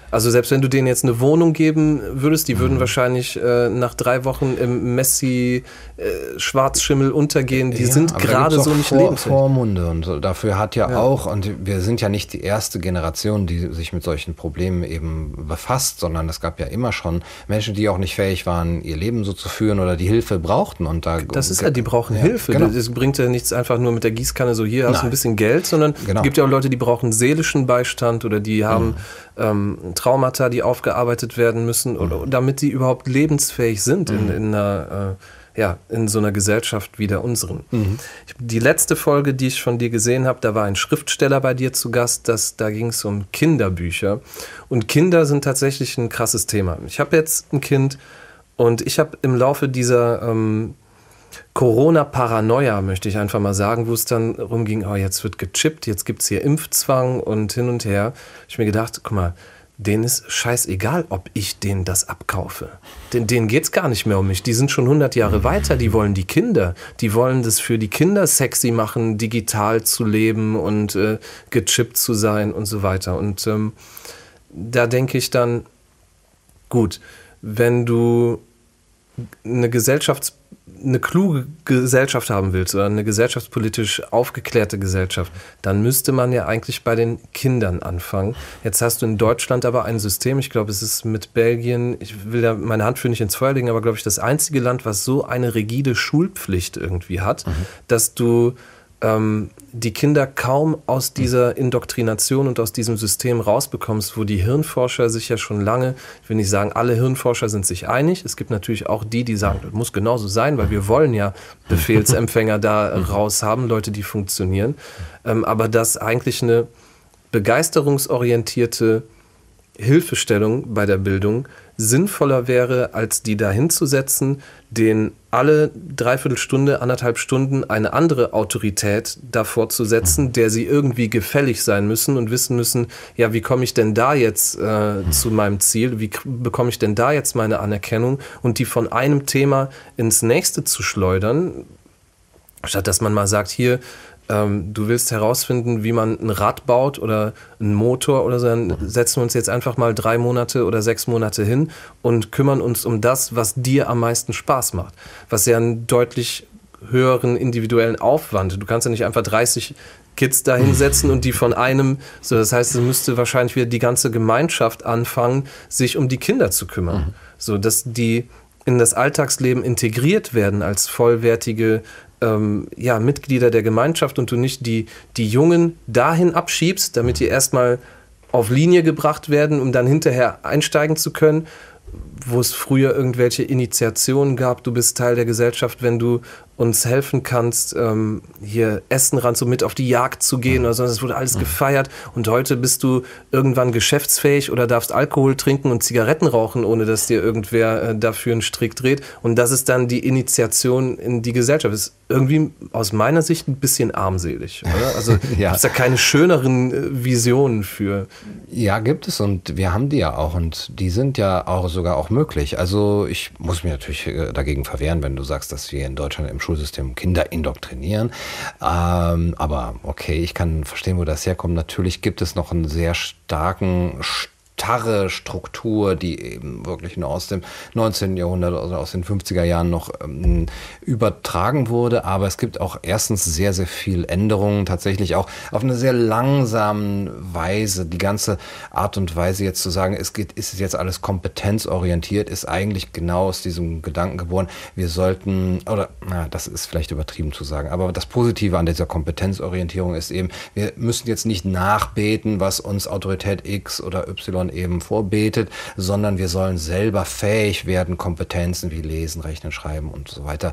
Also selbst wenn du denen jetzt eine Wohnung geben würdest, die würden wahrscheinlich nach 3 Wochen im Messi-Schwarzschimmel untergehen. Die sind gerade so nicht lebensfähig. Vormunde und so. Dafür hat ja auch, und wir sind ja nicht die erste Generation, die sich mit solchen Problemen eben befasst, sondern es gab ja immer schon Menschen, die auch nicht fähig waren, ihr Leben so zu führen oder die Hilfe brauchten. Und das ist ja, die brauchen Hilfe. Genau. Das bringt ja nichts einfach nur mit der Gießkanne so, hier hast du ein bisschen Geld, sondern es gibt ja auch Leute, die brauchen seelischen Beistand oder die haben Traumata, die aufgearbeitet werden müssen, oder, damit die überhaupt lebensfähig sind in so einer Gesellschaft wie der unseren. Die letzte Folge, die ich von dir gesehen habe, da war ein Schriftsteller bei dir zu Gast, da ging es um Kinderbücher. Und Kinder sind tatsächlich ein krasses Thema. Ich habe jetzt ein Kind und ich habe im Laufe dieser Corona-Paranoia, möchte ich einfach mal sagen, wo es dann rumging, jetzt wird gechippt, jetzt gibt es hier Impfzwang und hin und her. Ich mir gedacht, guck mal, denen ist scheißegal, ob ich denen das abkaufe. Denen geht es gar nicht mehr um mich. Die sind schon 100 Jahre weiter, die wollen die Kinder. Die wollen das für die Kinder sexy machen, digital zu leben und gechippt zu sein und so weiter. Und da denke ich dann, gut, wenn du eine kluge Gesellschaft haben willst oder eine gesellschaftspolitisch aufgeklärte Gesellschaft, dann müsste man ja eigentlich bei den Kindern anfangen. Jetzt hast du in Deutschland aber ein System, ich glaube, es ist mit Belgien, ich will da meine Hand für nicht ins Feuer legen, aber glaube ich das einzige Land, was so eine rigide Schulpflicht irgendwie hat, dass du die Kinder kaum aus dieser Indoktrination und aus diesem System rausbekommst, wo die Hirnforscher sich ja schon lange, ich will nicht sagen, alle Hirnforscher sind sich einig, es gibt natürlich auch die sagen, das muss genauso sein, weil wir wollen ja Befehlsempfänger da raus haben, Leute, die funktionieren, aber dass eigentlich eine begeisterungsorientierte Hilfestellung bei der Bildung sinnvoller wäre, als die da hinzusetzen, denen alle 3/4 Stunde, 1,5 Stunden eine andere Autorität davor zu setzen, der sie irgendwie gefällig sein müssen und wissen müssen, ja, wie komme ich denn da jetzt zu meinem Ziel, wie bekomme ich denn da jetzt meine Anerkennung und die von einem Thema ins nächste zu schleudern, statt dass man mal sagt, hier, du willst herausfinden, wie man ein Rad baut oder einen Motor oder so, dann setzen wir uns jetzt einfach mal 3 Monate oder 6 Monate hin und kümmern uns um das, was dir am meisten Spaß macht. Was ja einen deutlich höheren individuellen Aufwand. Du kannst ja nicht einfach 30 Kids da hinsetzen und die von einem, so das heißt, es müsste wahrscheinlich wieder die ganze Gemeinschaft anfangen, sich um die Kinder zu kümmern. So, dass die in das Alltagsleben integriert werden als vollwertige Mitglieder der Gemeinschaft und du nicht die Jungen dahin abschiebst, damit die erstmal auf Linie gebracht werden, um dann hinterher einsteigen zu können, wo es früher irgendwelche Initiationen gab, du bist Teil der Gesellschaft, wenn du uns helfen kannst, hier Essen ran, so mit auf die Jagd zu gehen oder so. Das wurde alles gefeiert und heute bist du irgendwann geschäftsfähig oder darfst Alkohol trinken und Zigaretten rauchen, ohne dass dir irgendwer dafür einen Strick dreht. Und das ist dann die Initiation in die Gesellschaft. Das ist irgendwie aus meiner Sicht ein bisschen armselig, oder? Also gibt es da keine schöneren Visionen für? Ja, gibt es und wir haben die ja auch und die sind ja auch sogar auch möglich. Also ich muss mich natürlich dagegen verwehren, wenn du sagst, dass wir in Deutschland im Schulsystem Kinder indoktrinieren. Aber okay, ich kann verstehen, wo das herkommt. Natürlich gibt es noch einen sehr starre Struktur, die eben wirklich nur aus dem 19. Jahrhundert oder aus den 50er Jahren noch übertragen wurde. Aber es gibt auch erstens sehr, sehr viel Änderungen, tatsächlich auch auf eine sehr langsame Weise. Die ganze Art und Weise jetzt zu sagen, ist jetzt alles kompetenzorientiert, ist eigentlich genau aus diesem Gedanken geboren. Wir sollten, das ist vielleicht übertrieben zu sagen, aber das Positive an dieser Kompetenzorientierung ist eben, wir müssen jetzt nicht nachbeten, was uns Autorität X oder Y eben vorbetet, sondern wir sollen selber fähig werden, Kompetenzen wie Lesen, Rechnen, Schreiben und so weiter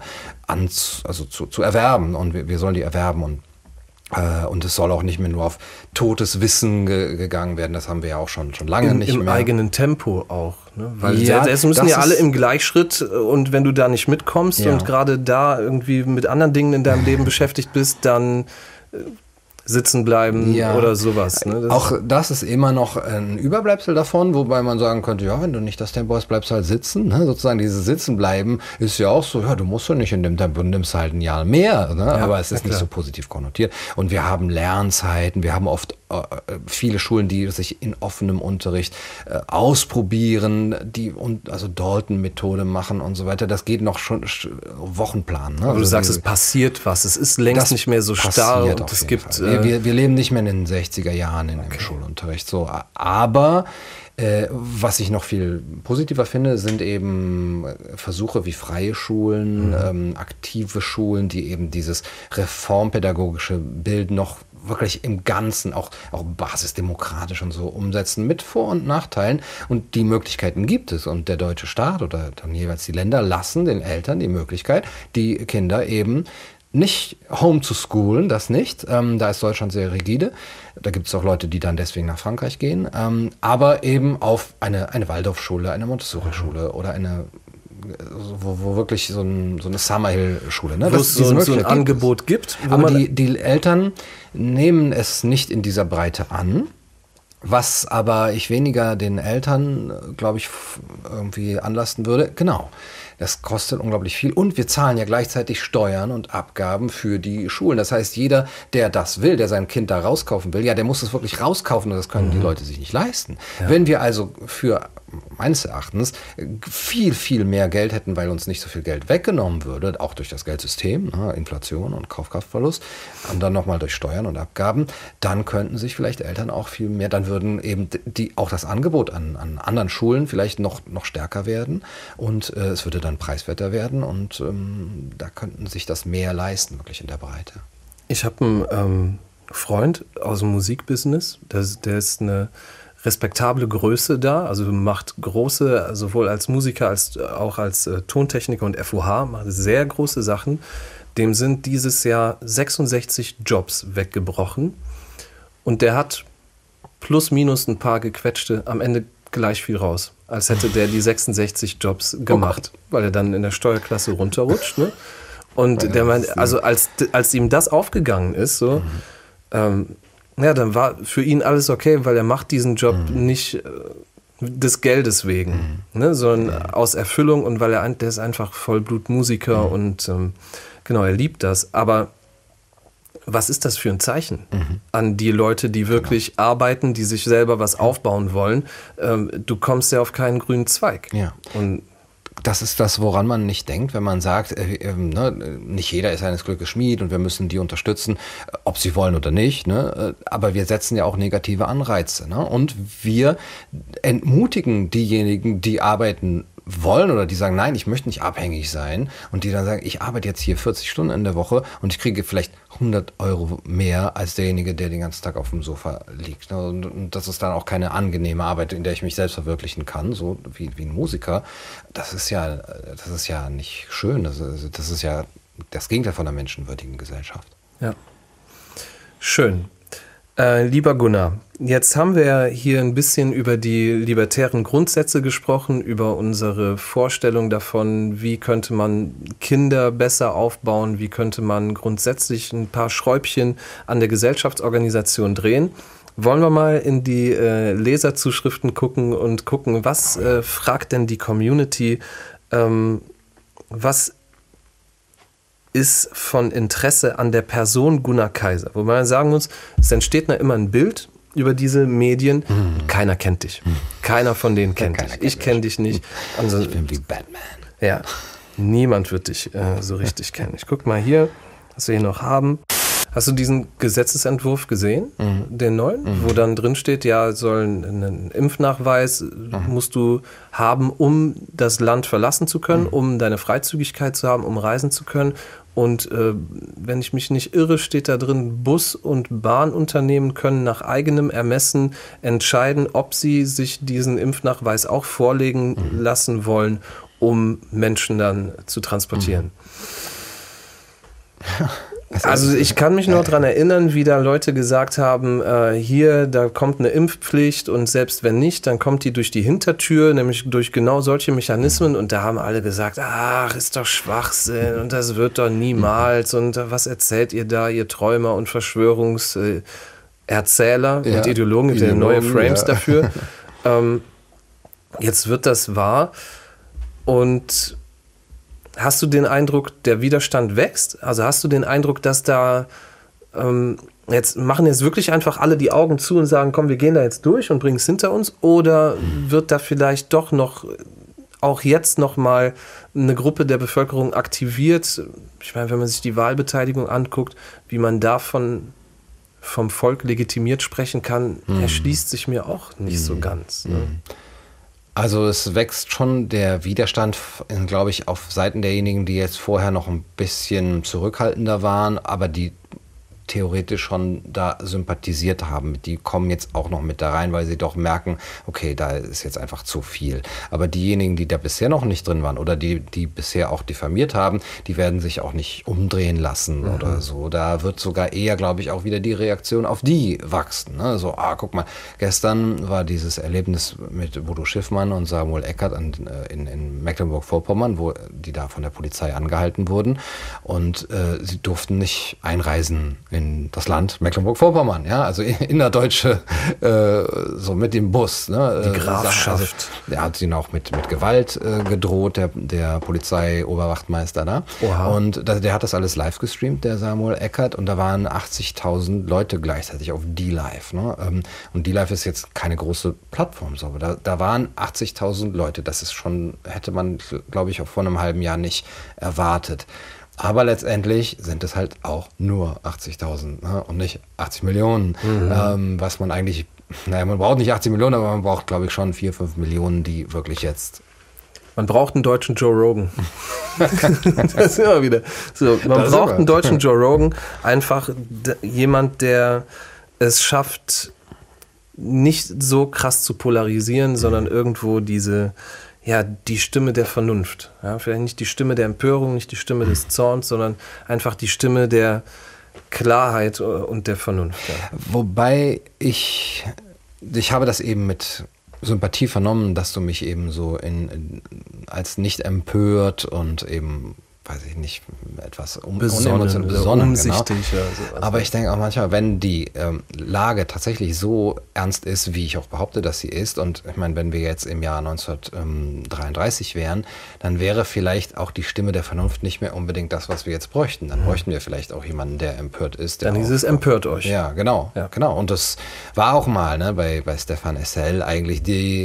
zu erwerben und wir sollen die erwerben und es soll auch nicht mehr nur auf totes Wissen gegangen werden, das haben wir ja auch schon lange nicht mehr. Im eigenen Tempo auch, ne? Weil es müssen ja alle im Gleichschritt und wenn du da nicht mitkommst und gerade da irgendwie mit anderen Dingen in deinem Leben beschäftigt bist, dann sitzen bleiben oder sowas. Ne? Das ist immer noch ein Überbleibsel davon, wobei man sagen könnte, ja, wenn du nicht das Tempo hast, bleibst halt sitzen. Ne? Sozusagen dieses Sitzenbleiben ist ja auch so, ja, du musst ja nicht in dem Tempo, nimmst halt ein Jahr mehr. Ne? Aber es ist nicht so positiv konnotiert. Und wir haben Lernzeiten, wir haben oft viele Schulen, die sich in offenem Unterricht ausprobieren, also Dalton-Methode machen und so weiter. Das geht noch schon Wochenplan. Ne? Aber also du sagst, es passiert was. Es ist längst nicht mehr so starr und es gibt... Wir leben nicht mehr in den 60er Jahren im Schulunterricht. So, aber was ich noch viel positiver finde, sind eben Versuche wie freie Schulen, aktive Schulen, die eben dieses reformpädagogische Bild noch wirklich im Ganzen, auch basisdemokratisch und so umsetzen, mit Vor- und Nachteilen. Und die Möglichkeiten gibt es. Und der deutsche Staat oder dann jeweils die Länder lassen den Eltern die Möglichkeit, die Kinder eben nicht home zu schoolen, das nicht. Da ist Deutschland sehr rigide. Da gibt es auch Leute, die dann deswegen nach Frankreich gehen. Aber eben auf eine Waldorfschule, eine Montessori-Schule oder eine, wo wirklich so eine Summerhill-Schule. Ne? Wo es so ein Angebot gibt. Aber die Eltern nehmen es nicht in dieser Breite an. Was aber ich weniger den Eltern, glaube ich, irgendwie anlasten würde. Genau. Das kostet unglaublich viel und wir zahlen ja gleichzeitig Steuern und Abgaben für die Schulen. Das heißt, jeder, der das will, der sein Kind da rauskaufen will, ja, der muss es wirklich rauskaufen und das können die Leute sich nicht leisten. Ja. Wenn wir also für meines Erachtens viel, viel mehr Geld hätten, weil uns nicht so viel Geld weggenommen würde, auch durch das Geldsystem, Inflation und Kaufkraftverlust und dann nochmal durch Steuern und Abgaben, dann könnten sich vielleicht Eltern auch viel mehr, dann würden eben auch das Angebot an anderen Schulen vielleicht noch stärker werden und es würde dann preiswerter werden und da könnten sich das mehr leisten, wirklich in der Breite. Ich habe einen Freund aus dem Musikbusiness, der ist eine respektable Größe da, also macht große, sowohl als Musiker als auch als Tontechniker und FOH, macht sehr große Sachen. Dem sind dieses Jahr 66 Jobs weggebrochen und der hat plus minus ein paar gequetschte am Ende gleich viel raus, als hätte der die 66 Jobs gemacht, weil er dann in der Steuerklasse runterrutscht. Ne? Und der meint, also als ihm das aufgegangen ist, so, dann war für ihn alles okay, weil er macht diesen Job nicht des Geldes wegen, ne, sondern aus Erfüllung und weil der ist einfach Vollblutmusiker und genau, er liebt das. Aber was ist das für ein Zeichen an die Leute, die wirklich arbeiten, die sich selber was aufbauen wollen? Du kommst ja auf keinen grünen Zweig. Ja. Und das ist das, woran man nicht denkt, wenn man sagt, nicht jeder ist eines Glückes Schmied und wir müssen die unterstützen, ob sie wollen oder nicht. Ne? Aber wir setzen ja auch negative Anreize. Ne? Und wir entmutigen diejenigen, die arbeiten wollen oder die sagen, nein, ich möchte nicht abhängig sein und die dann sagen, ich arbeite jetzt hier 40 Stunden in der Woche und ich kriege vielleicht 100 Euro mehr als derjenige, der den ganzen Tag auf dem Sofa liegt. Und das ist dann auch keine angenehme Arbeit, in der ich mich selbst verwirklichen kann, so wie ein Musiker. Das ist ja nicht schön. Das ist ja das Gegenteil von einer menschenwürdigen Gesellschaft. Ja. Schön. Lieber Gunnar, jetzt haben wir hier ein bisschen über die libertären Grundsätze gesprochen, über unsere Vorstellung davon, wie könnte man Kinder besser aufbauen, wie könnte man grundsätzlich ein paar Schräubchen an der Gesellschaftsorganisation drehen. Wollen wir mal in die Leserzuschriften gucken, was fragt denn die Community, was ist von Interesse an der Person Gunnar Kaiser. Wo man sagen muss, es entsteht immer ein Bild über diese Medien. Keiner kennt dich. Keiner von denen kennt dich. Ich kenne dich nicht. Also, ich bin wie Batman. Ja, niemand wird dich so richtig kennen. Ich guck mal hier, was wir hier noch haben. Hast du diesen Gesetzesentwurf gesehen, den neuen, wo dann drin steht, ja, einen Impfnachweis musst du haben, um das Land verlassen zu können, um deine Freizügigkeit zu haben, um reisen zu können. Und wenn ich mich nicht irre, steht da drin, Bus- und Bahnunternehmen können nach eigenem Ermessen entscheiden, ob sie sich diesen Impfnachweis auch vorlegen lassen wollen, um Menschen dann zu transportieren. Also ich kann mich noch daran erinnern, wie da Leute gesagt haben, da kommt eine Impfpflicht und selbst wenn nicht, dann kommt die durch die Hintertür, nämlich durch genau solche Mechanismen und da haben alle gesagt, ach, ist doch Schwachsinn und das wird doch niemals und was erzählt ihr da, ihr Träumer und Verschwörungserzähler und Ideologen, gibt ja neue Frames dafür. Jetzt wird das wahr und hast du den Eindruck, der Widerstand wächst? Also hast du den Eindruck, dass da jetzt machen jetzt wirklich einfach alle die Augen zu und sagen, komm, wir gehen da jetzt durch und bringen es hinter uns? Oder wird da vielleicht doch noch, auch jetzt noch mal eine Gruppe der Bevölkerung aktiviert? Ich meine, wenn man sich die Wahlbeteiligung anguckt, wie man davon vom Volk legitimiert sprechen kann, erschließt sich mir auch nicht so ganz. Ne? Also es wächst schon der Widerstand, glaube ich, auf Seiten derjenigen, die jetzt vorher noch ein bisschen zurückhaltender waren, aber die theoretisch schon da sympathisiert haben. Die kommen jetzt auch noch mit da rein, weil sie doch merken, okay, da ist jetzt einfach zu viel. Aber diejenigen, die da bisher noch nicht drin waren oder die bisher auch diffamiert haben, die werden sich auch nicht umdrehen lassen oder so. Da wird sogar eher, glaube ich, auch wieder die Reaktion auf die wachsen. Ne? So, guck mal, gestern war dieses Erlebnis mit Bodo Schiffmann und Samuel Eckert in Mecklenburg-Vorpommern, wo die da von der Polizei angehalten wurden und sie durften nicht einreisen in das Land Mecklenburg-Vorpommern, ja, also innerdeutsche, so mit dem Bus. Ne, die Grafschaft. Also, der hat ihnen auch mit Gewalt gedroht, der Polizei-Oberwachtmeister da. Oha. Und der hat das alles live gestreamt, der Samuel Eckert, und da waren 80.000 Leute gleichzeitig auf D-Live. Ne? Und D-Live ist jetzt keine große Plattform, so, aber da waren 80.000 Leute. Das ist schon, hätte man, glaube ich, auch vor einem halben Jahr nicht erwartet. Aber letztendlich sind es halt auch nur 80.000, ne? Und nicht 80 Millionen, was man eigentlich, man braucht nicht 80 Millionen, aber man braucht, glaube ich, schon 4, 5 Millionen, die wirklich jetzt... Man braucht einen deutschen Joe Rogan. Das ist immer wieder so. Man braucht einen deutschen Joe Rogan, einfach jemand, der es schafft, nicht so krass zu polarisieren, sondern irgendwo die Stimme der Vernunft. Ja, vielleicht nicht die Stimme der Empörung, nicht die Stimme des Zorns, sondern einfach die Stimme der Klarheit und der Vernunft. Ja. Wobei ich habe das eben mit Sympathie vernommen, dass du mich eben so als nicht empört und eben, weiß ich nicht, etwas besonnen, umsichtig. Genau. Ja, aber ich denke auch manchmal, wenn die Lage tatsächlich so ernst ist, wie ich auch behaupte, dass sie ist, und ich meine, wenn wir jetzt im Jahr 1933 wären, dann wäre vielleicht auch die Stimme der Vernunft nicht mehr unbedingt das, was wir jetzt bräuchten. Dann bräuchten wir vielleicht auch jemanden, der empört ist. Dann hieß es, empört euch. Ja, genau. Ja. Genau. Und das war auch mal, ne, bei Stefan Essel eigentlich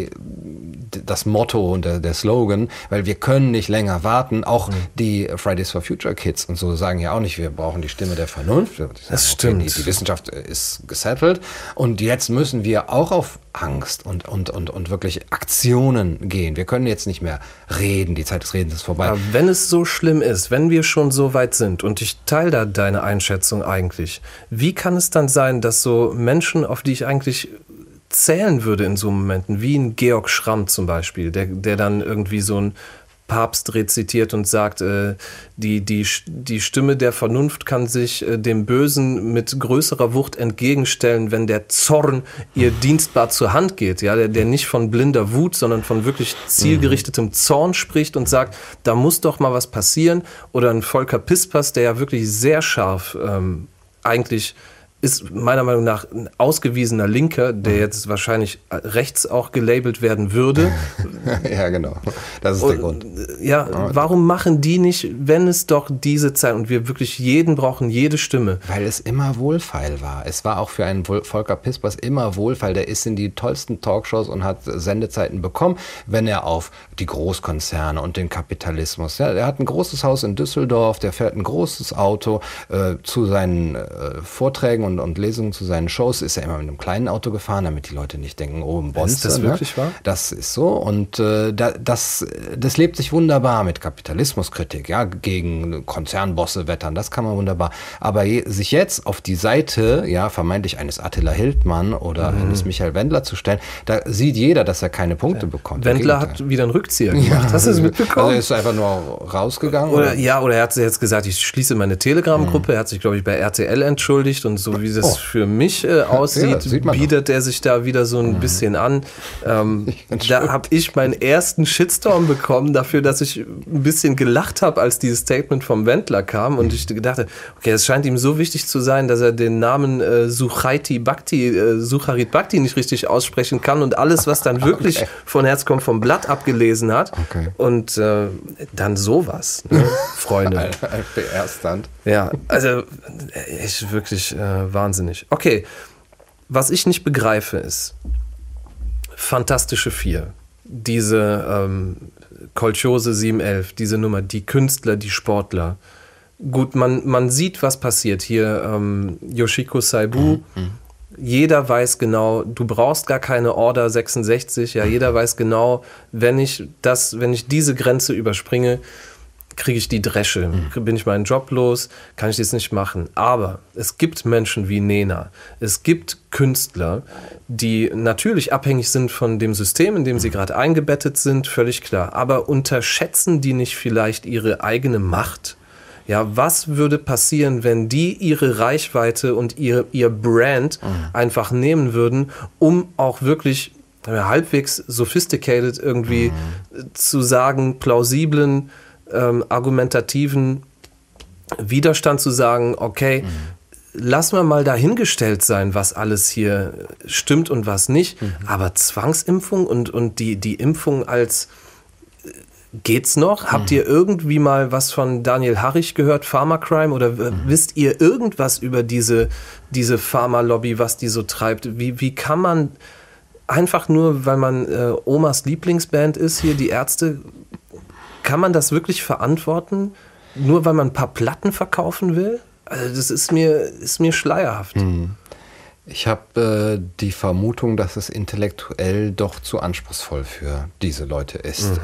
das Motto und der Slogan, weil wir können nicht länger warten. Auch die Fridays for Future Kids und so sagen ja auch nicht, wir brauchen die Stimme der Vernunft. Sagen, das stimmt. Okay, die Wissenschaft ist gesettelt und jetzt müssen wir auch auf Angst und wirklich Aktionen gehen. Wir können jetzt nicht mehr reden, die Zeit des Redens ist vorbei. Aber wenn es so schlimm ist, wenn wir schon so weit sind, und ich teile da deine Einschätzung eigentlich, wie kann es dann sein, dass so Menschen, auf die ich eigentlich zählen würde in so Momenten, wie ein Georg Schramm zum Beispiel, der dann irgendwie so ein Papst rezitiert und sagt, die Stimme der Vernunft kann sich dem Bösen mit größerer Wucht entgegenstellen, wenn der Zorn ihr dienstbar zur Hand geht. Ja, der nicht von blinder Wut, sondern von wirklich zielgerichtetem Zorn spricht und sagt, da muss doch mal was passieren. Oder ein Volker Pispers, der ja wirklich sehr scharf eigentlich ist meiner Meinung nach ein ausgewiesener Linker, der jetzt wahrscheinlich rechts auch gelabelt werden würde. Ja, genau. Das ist der Grund. Ja, warum machen die nicht, wenn es doch diese Zeit und wir wirklich jeden brauchen, jede Stimme? Weil es immer wohlfeil war. Es war auch für einen Volker Pispers immer wohlfeil. Der ist in die tollsten Talkshows und hat Sendezeiten bekommen, wenn er auf die Großkonzerne und den Kapitalismus. Ja, er hat ein großes Haus in Düsseldorf, der fährt ein großes Auto zu seinen Vorträgen und Lesungen zu seinen Shows ist er immer mit einem kleinen Auto gefahren, damit die Leute nicht denken, oh, ein Bonze. Ist das wirklich wahr? Das ist so und das lebt sich wunderbar mit Kapitalismuskritik, ja, gegen Konzernbosse wettern, das kann man wunderbar. Aber sich jetzt auf die Seite, ja, vermeintlich eines Attila Hildmann oder eines Michael Wendler zu stellen, da sieht jeder, dass er keine Punkte bekommt. Wendler hat wieder einen Rückzieher gemacht. Hast du es mitbekommen? Also er ist einfach nur rausgegangen? Oder er hat jetzt gesagt, ich schließe meine Telegram-Gruppe. Er hat sich, glaube ich, bei RTL entschuldigt und so wie das für mich aussieht, bietet er sich da wieder so ein bisschen an. Da habe ich meinen ersten Shitstorm bekommen dafür, dass ich ein bisschen gelacht habe, als dieses Statement vom Wendler kam und ich dachte, okay, es scheint ihm so wichtig zu sein, dass er den Namen Sucharit Bhakti nicht richtig aussprechen kann und alles, was dann wirklich von Herz kommt, vom Blatt abgelesen hat. Okay. Und dann sowas, ne, Freunde. Ein PR-Stand. Ja, also echt wirklich wahnsinnig. Okay, was ich nicht begreife ist, Fantastische Vier, diese Kolchose 711, diese Nummer, die Künstler, die Sportler. Gut, man sieht, was passiert. Hier Yoshiko Saibu, jeder weiß genau, du brauchst gar keine Order 66, ja, jeder weiß genau, wenn ich diese Grenze überspringe, kriege ich die Dresche, bin ich meinen Job los, kann ich das nicht machen. Aber es gibt Menschen wie Nena, es gibt Künstler, die natürlich abhängig sind von dem System, in dem sie gerade eingebettet sind, völlig klar. Aber unterschätzen die nicht vielleicht ihre eigene Macht? Ja, was würde passieren, wenn die ihre Reichweite und ihr Brand einfach nehmen würden, um auch wirklich halbwegs sophisticated irgendwie zu sagen, plausiblen, argumentativen Widerstand zu sagen, okay, lassen wir mal dahingestellt sein, was alles hier stimmt und was nicht, aber Zwangsimpfung und die Impfung als geht's noch? Habt ihr irgendwie mal was von Daniel Harrich gehört, Pharmacrime, oder wisst ihr irgendwas über diese Pharmalobby, was die so treibt? Wie kann man einfach nur, weil man Omas Lieblingsband ist, hier die Ärzte, kann man das wirklich verantworten? Nur weil man ein paar Platten verkaufen will? Also das ist mir schleierhaft. Ich habe die Vermutung, dass es intellektuell doch zu anspruchsvoll für diese Leute ist.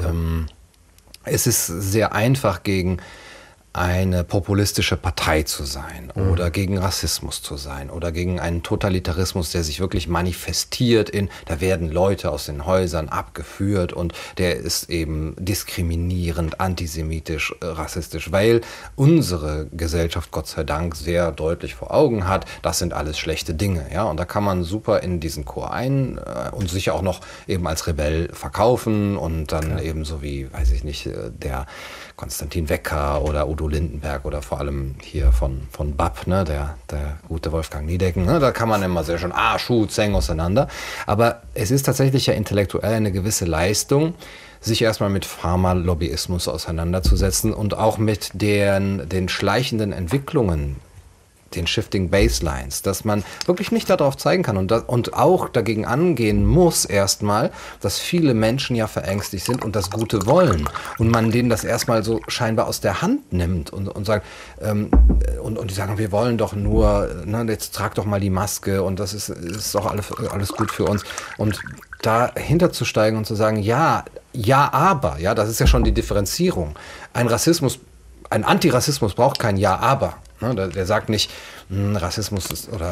Es ist sehr einfach, gegen eine populistische Partei zu sein oder gegen Rassismus zu sein oder gegen einen Totalitarismus, der sich wirklich manifestiert da werden Leute aus den Häusern abgeführt und der ist eben diskriminierend, antisemitisch, rassistisch, weil unsere Gesellschaft Gott sei Dank sehr deutlich vor Augen hat, das sind alles schlechte Dinge, ja, und da kann man super in diesen Chor und sich auch noch eben als Rebell verkaufen und dann eben so wie, weiß ich nicht, der Konstantin Wecker oder Udo Lindenberg oder vor allem hier von BAP, ne, der gute Wolfgang Niedecken, ne, da kann man immer sehr schön Schuh, Zeng auseinander. Aber es ist tatsächlich ja intellektuell eine gewisse Leistung, sich erstmal mit Pharmalobbyismus auseinanderzusetzen und auch mit den schleichenden Entwicklungen, den Shifting Baselines, dass man wirklich nicht darauf zeigen kann und auch dagegen angehen muss erstmal, dass viele Menschen ja verängstigt sind und das Gute wollen und man denen das erstmal so scheinbar aus der Hand nimmt und sagt, und die sagen, wir wollen doch nur, ne, jetzt trag doch mal die Maske und das ist doch alles gut für uns und dahinter zu steigen und zu sagen, ja, aber, ja, das ist ja schon die Differenzierung. Ein Antirassismus braucht kein Ja, aber. Der sagt nicht, Rassismus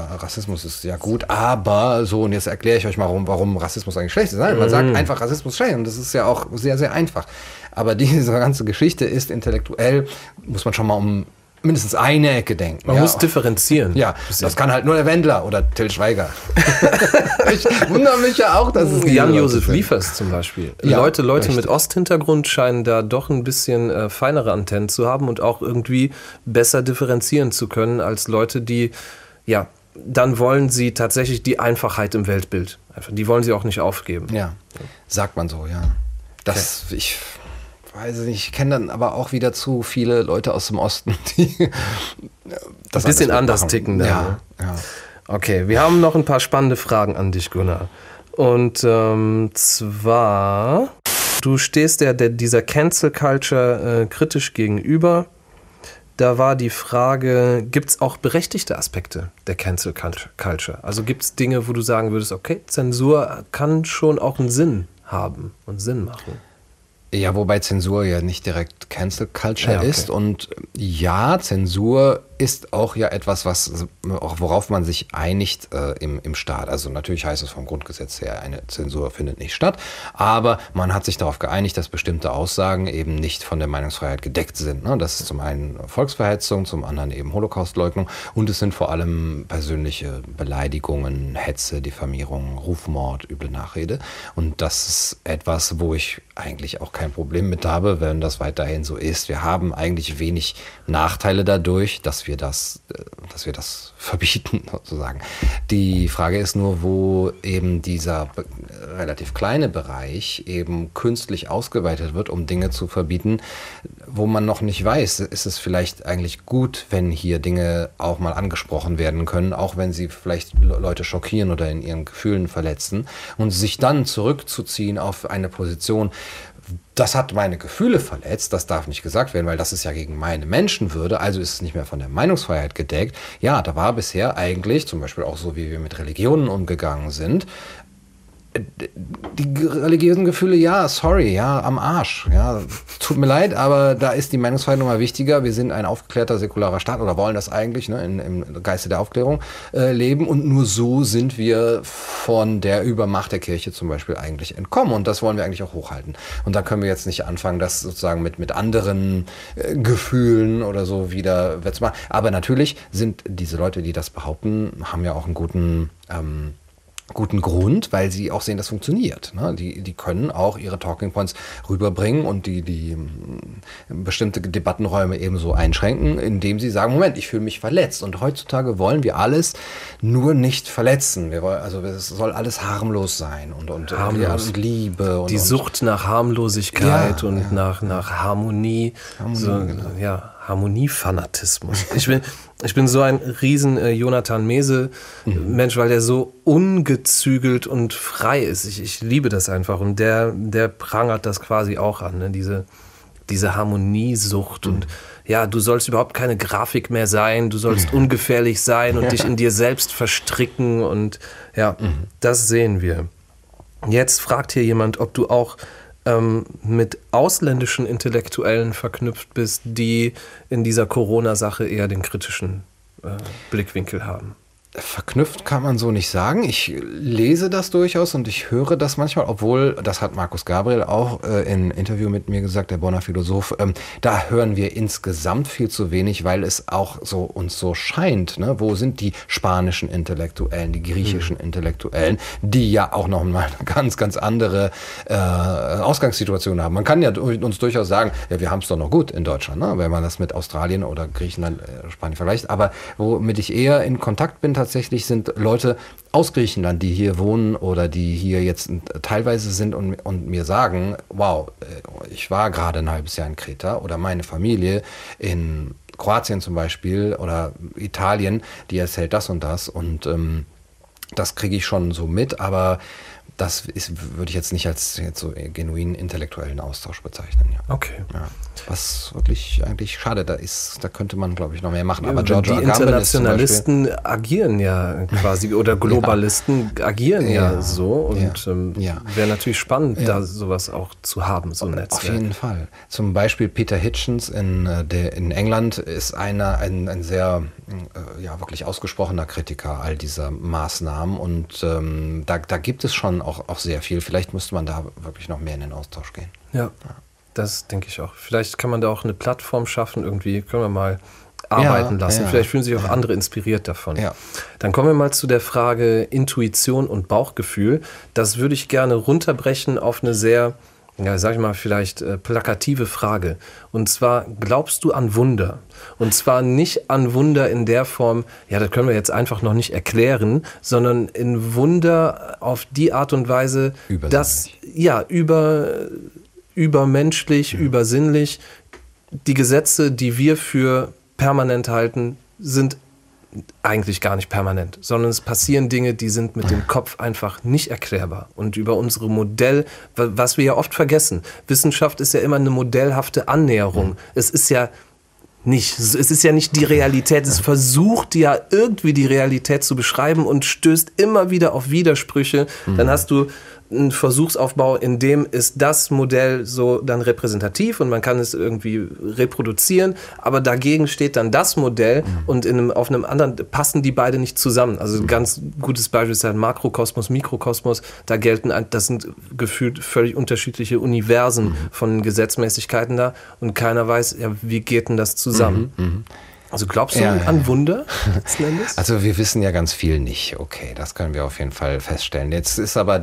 ist ja gut, aber so, und jetzt erkläre ich euch mal, warum Rassismus eigentlich schlecht ist. Nein, man sagt einfach, Rassismus ist schlecht und das ist ja auch sehr, sehr einfach. Aber diese ganze Geschichte ist intellektuell, muss man schon mal um mindestens eine Ecke denken. Man muss differenzieren. Ja, das kann halt nur der Wendler oder Till Schweiger. Ich wundere mich ja auch, dass es Jan-Josef Liefers zum Beispiel. Ja, Leute mit Osthintergrund scheinen da doch ein bisschen feinere Antennen zu haben und auch irgendwie besser differenzieren zu können als Leute, die, ja, dann wollen sie tatsächlich die Einfachheit im Weltbild. Die wollen sie auch nicht aufgeben. Ja, sagt man so, ja. Ich weiß nicht, ich kenne dann aber auch wieder zu viele Leute aus dem Osten, die das ein bisschen anders ticken. Ja. Okay, wir haben noch ein paar spannende Fragen an dich, Gunnar. Und zwar, du stehst dieser Cancel Culture kritisch gegenüber. Da war die Frage, gibt es auch berechtigte Aspekte der Cancel Culture? Also gibt es Dinge, wo du sagen würdest, okay, Zensur kann schon auch einen Sinn haben und Sinn machen? Ja, wobei Zensur ja nicht direkt Cancel Culture ist. Und ja, Zensur ist auch ja etwas, worauf man sich einigt im Staat. Also natürlich heißt es vom Grundgesetz her, eine Zensur findet nicht statt, aber man hat sich darauf geeinigt, dass bestimmte Aussagen eben nicht von der Meinungsfreiheit gedeckt sind. Ne? Das ist zum einen Volksverhetzung, zum anderen eben Holocaustleugnung und es sind vor allem persönliche Beleidigungen, Hetze, Diffamierung, Rufmord, üble Nachrede. Und das ist etwas, wo ich eigentlich auch kein Problem mit habe, wenn das weiterhin so ist. Wir haben eigentlich wenig Nachteile dadurch, dass wir das verbieten, sozusagen. Die Frage ist nur, wo eben dieser relativ kleine Bereich eben künstlich ausgeweitet wird, um Dinge zu verbieten, wo man noch nicht weiß, ist es vielleicht eigentlich gut, wenn hier Dinge auch mal angesprochen werden können, auch wenn sie vielleicht Leute schockieren oder in ihren Gefühlen verletzen und sich dann zurückzuziehen auf eine Position, das hat meine Gefühle verletzt, das darf nicht gesagt werden, weil das ist ja gegen meine Menschenwürde, also ist es nicht mehr von der Meinungsfreiheit gedeckt. Ja, da war bisher eigentlich, zum Beispiel auch so, wie wir mit Religionen umgegangen sind, die religiösen Gefühle, ja, sorry, ja, am Arsch, ja, tut mir leid, aber da ist die Meinungsfreiheit nochmal wichtiger. Wir sind ein aufgeklärter, säkularer Staat oder wollen das eigentlich, ne, im Geiste der Aufklärung leben und nur so sind wir von der Übermacht der Kirche zum Beispiel eigentlich entkommen und das wollen wir eigentlich auch hochhalten. Und da können wir jetzt nicht anfangen, das sozusagen mit anderen Gefühlen oder so wieder wettzumachen. Aber natürlich sind diese Leute, die das behaupten, haben ja auch einen guten Grund, weil sie auch sehen, das funktioniert. Ne? Die können auch ihre Talking Points rüberbringen und die bestimmte Debattenräume ebenso einschränken, indem sie sagen, Moment, ich fühle mich verletzt. Und heutzutage wollen wir alles nur nicht verletzen. Es soll alles harmlos sein und Liebe. Die Sucht nach Harmlosigkeit und nach Harmonie. Genau. Harmoniefanatismus. Ich bin so ein riesen Jonathan Mese-Mensch, weil der so ungezügelt und frei ist. Ich liebe das einfach. Und der prangert das quasi auch an, ne? Diese Harmoniesucht. Und ja, du sollst überhaupt keine Grafik mehr sein, du sollst ungefährlich sein und dich in dir selbst verstricken. Und ja, das sehen wir. Jetzt fragt hier jemand, ob du auch mit ausländischen Intellektuellen verknüpft bist, die in dieser Corona-Sache eher den kritischen Blickwinkel haben. Verknüpft kann man so nicht sagen. Ich lese das durchaus und ich höre das manchmal, obwohl, das hat Markus Gabriel auch in einem Interview mit mir gesagt, der Bonner Philosoph, da hören wir insgesamt viel zu wenig, weil es auch so uns so scheint, ne? Wo sind die spanischen Intellektuellen, die griechischen Intellektuellen, die ja auch noch mal eine ganz, ganz andere Ausgangssituation haben. Man kann ja uns durchaus sagen, ja, wir haben es doch noch gut in Deutschland, ne? Wenn man das mit Australien oder Griechenland, Spanien vergleicht. Aber womit ich eher in Kontakt bin, tatsächlich sind Leute aus Griechenland, die hier wohnen oder die hier jetzt teilweise sind und mir sagen, wow, ich war gerade ein halbes Jahr in Kreta oder meine Familie in Kroatien zum Beispiel oder Italien, die erzählt das und das und das kriege ich schon so mit, aber das würde ich jetzt nicht als jetzt so genuin intellektuellen Austausch bezeichnen. Ja. Okay. Ja. Was wirklich eigentlich schade da ist, da könnte man, glaube ich, noch mehr machen. Ja, aber die Internationalisten agieren ja quasi, oder Globalisten agieren ja so und wäre natürlich spannend, da sowas auch zu haben, so ein Netzwerk. Auf jeden Fall. Zum Beispiel Peter Hitchens in England ist ein sehr wirklich ausgesprochener Kritiker all dieser Maßnahmen und da gibt es schon auch sehr viel. Vielleicht müsste man da wirklich noch mehr in den Austausch gehen. Ja, das denke ich auch. Vielleicht kann man da auch eine Plattform schaffen, irgendwie können wir mal arbeiten lassen. Vielleicht fühlen sich auch andere inspiriert davon. Ja. Dann kommen wir mal zu der Frage Intuition und Bauchgefühl. Das würde ich gerne runterbrechen auf eine sehr, sag ich mal, vielleicht plakative Frage. Und zwar, glaubst du an Wunder? Und zwar nicht an Wunder in der Form, das können wir jetzt einfach noch nicht erklären, sondern in Wunder auf die Art und Weise, dass, übermenschlich, übersinnlich, die Gesetze, die wir für permanent halten, sind eigentlich gar nicht permanent, sondern es passieren Dinge, die sind mit dem Kopf einfach nicht erklärbar. Und über unsere was wir ja oft vergessen, Wissenschaft ist ja immer eine modellhafte Annäherung. Es ist ja nicht die Realität, es versucht ja irgendwie die Realität zu beschreiben und stößt immer wieder auf Widersprüche. Dann hast du ein Versuchsaufbau, in dem ist das Modell so dann repräsentativ und man kann es irgendwie reproduzieren, aber dagegen steht dann das Modell und auf einem anderen passen die beide nicht zusammen. Also ein ganz gutes Beispiel ist halt Makrokosmos, Mikrokosmos, das sind gefühlt völlig unterschiedliche Universen von Gesetzmäßigkeiten da und keiner weiß, ja, wie geht denn das zusammen? Also glaubst du an Wunder? Also wir wissen ja ganz viel nicht. Okay, das können wir auf jeden Fall feststellen. Jetzt ist aber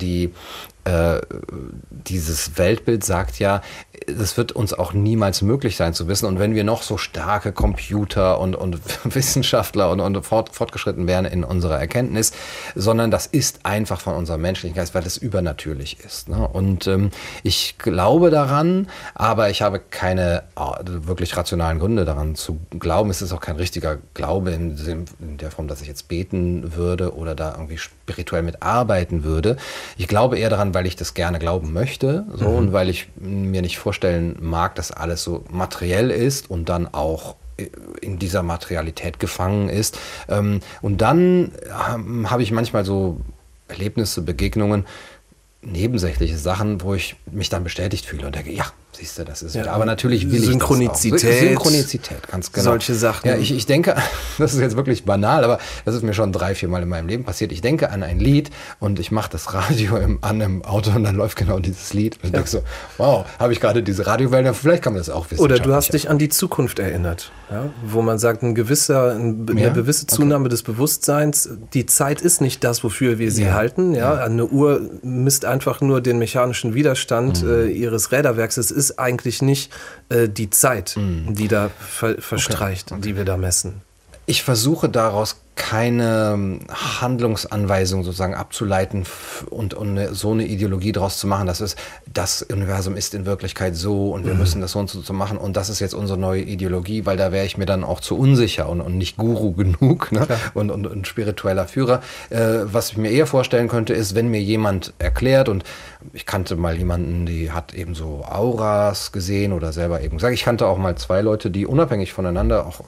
dieses Weltbild sagt ja, es wird uns auch niemals möglich sein zu wissen. Und wenn wir noch so starke Computer und Wissenschaftler und fortgeschritten wären in unserer Erkenntnis, sondern das ist einfach von unserem menschlichen Geist, weil es übernatürlich ist. Ne? Und ich glaube daran, aber ich habe keine wirklich rationalen Gründe daran zu glauben. Es ist auch kein richtiger Glaube in der Form, dass ich jetzt beten würde oder da irgendwie spirituell mitarbeiten würde. Ich glaube eher daran, weil ich das gerne glauben möchte und weil ich mir nicht vorstellen mag, dass alles so materiell ist und dann auch in dieser Materialität gefangen ist. Und dann habe ich manchmal so Erlebnisse, Begegnungen, nebensächliche Sachen, wo ich mich dann bestätigt fühle und denke, ja, siehst du, das ist wieder. Aber natürlich will Synchronizität, ich das auch. Synchronizität, ganz genau. Solche Sachen. Ja, ich denke, das ist jetzt wirklich banal, aber das ist mir schon 3-4 Mal in meinem Leben passiert. Ich denke an ein Lied und ich mache das Radio an im Auto und dann läuft genau dieses Lied. Und ich denke so, wow, habe ich gerade diese Radiowelle, vielleicht kann man das auch wissen. Oder du hast dich an die Zukunft erinnert, ja? Wo man sagt, eine gewisse Zunahme des Bewusstseins, die Zeit ist nicht das, wofür wir sie halten. Ja? Eine Uhr misst einfach nur den mechanischen Widerstand ihres Räderwerks. Es ist eigentlich nicht die Zeit, die da verstreicht, die wir da messen. Ich versuche daraus keine Handlungsanweisung sozusagen abzuleiten und so eine Ideologie draus zu machen, das Universum ist in Wirklichkeit so und wir müssen das so und so machen und das ist jetzt unsere neue Ideologie, weil da wäre ich mir dann auch zu unsicher und nicht Guru genug, ne? und spiritueller Führer. Was ich mir eher vorstellen könnte, ist, wenn mir jemand erklärt, und ich kannte mal jemanden, die hat eben so Auras gesehen oder selber eben gesagt, ich kannte auch mal 2 Leute, die unabhängig voneinander auch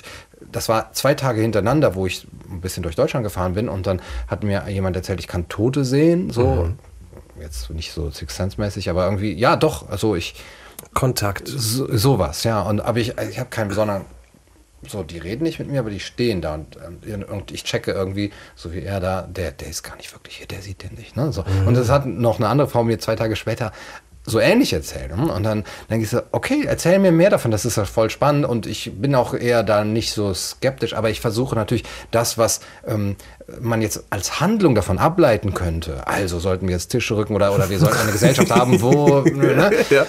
das war 2 Tage hintereinander, wo ich ein bisschen durch Deutschland gefahren bin und dann hat mir jemand erzählt, ich kann Tote sehen, so, jetzt nicht so Sixth Sense-mäßig, aber irgendwie, ja doch, also Kontakt. Sowas, ja, aber ich habe keinen besonderen, so, die reden nicht mit mir, aber die stehen da und ich checke irgendwie, so wie er da, der ist gar nicht wirklich hier, der sieht den nicht, ne, so. Und das hat noch eine andere Frau mir 2 Tage später so ähnlich erzählt. Und dann denke ich so, okay, erzähl mir mehr davon, das ist ja voll spannend und ich bin auch eher da nicht so skeptisch, aber ich versuche natürlich das, was man jetzt als Handlung davon ableiten könnte, also sollten wir jetzt Tische rücken oder wir sollten eine Gesellschaft haben, wo, ne,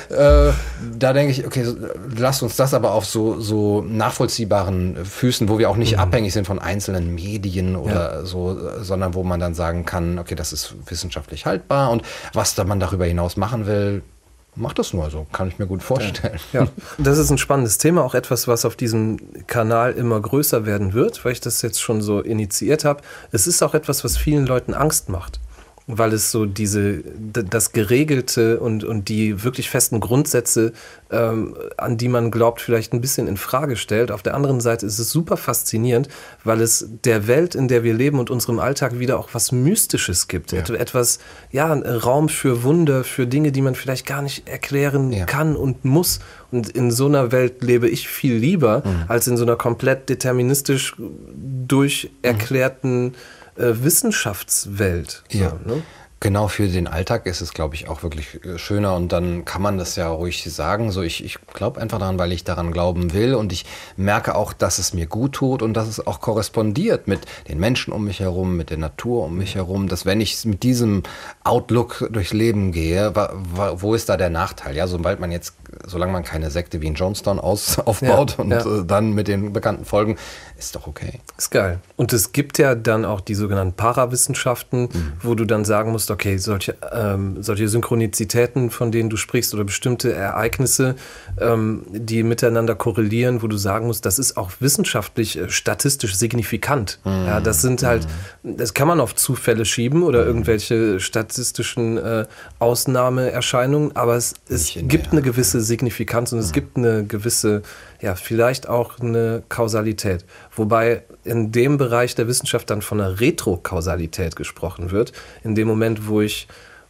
da denke ich, okay, lasst uns das aber auf so nachvollziehbaren Füßen, wo wir auch nicht abhängig sind von einzelnen Medien oder so, sondern wo man dann sagen kann, okay, das ist wissenschaftlich haltbar und was da man darüber hinaus machen will, macht das nur so, kann ich mir gut vorstellen. Ja. Das ist ein spannendes Thema, auch etwas, was auf diesem Kanal immer größer werden wird, weil ich das jetzt schon so initiiert habe. Es ist auch etwas, was vielen Leuten Angst macht, weil es so das Geregelte und die wirklich festen Grundsätze, an die man glaubt, vielleicht ein bisschen in Frage stellt. Auf der anderen Seite ist es super faszinierend, weil es der Welt, in der wir leben und unserem Alltag wieder auch was Mystisches gibt. Ja. Etwas, Raum für Wunder, für Dinge, die man vielleicht gar nicht erklären kann und muss. Und in so einer Welt lebe ich viel lieber, als in so einer komplett deterministisch durcherklärten Wissenschaftswelt. Ja. So, ne? Genau, für den Alltag ist es, glaube ich, auch wirklich schöner und dann kann man das ja ruhig sagen. So, ich glaube einfach daran, weil ich daran glauben will und ich merke auch, dass es mir gut tut und dass es auch korrespondiert mit den Menschen um mich herum, mit der Natur um mich herum, dass wenn ich mit diesem Outlook durchs Leben gehe, wo ist da der Nachteil? Ja, solange man keine Sekte wie in Jonestown aufbaut dann mit den bekannten Folgen, ist doch okay. Ist geil. Und es gibt ja dann auch die sogenannten Parawissenschaften, wo du dann sagen musst, okay, solche Synchronizitäten, von denen du sprichst, oder bestimmte Ereignisse, die miteinander korrelieren, wo du sagen musst, das ist auch wissenschaftlich statistisch signifikant. Ja, das sind halt, das kann man auf Zufälle schieben oder irgendwelche statistischen Ausnahmeerscheinungen, aber es gibt eine gewisse Signifikanz und es gibt eine gewisse, vielleicht auch eine Kausalität. Wobei in dem Bereich der Wissenschaft dann von einer Retrokausalität gesprochen wird. In dem Moment, wo ich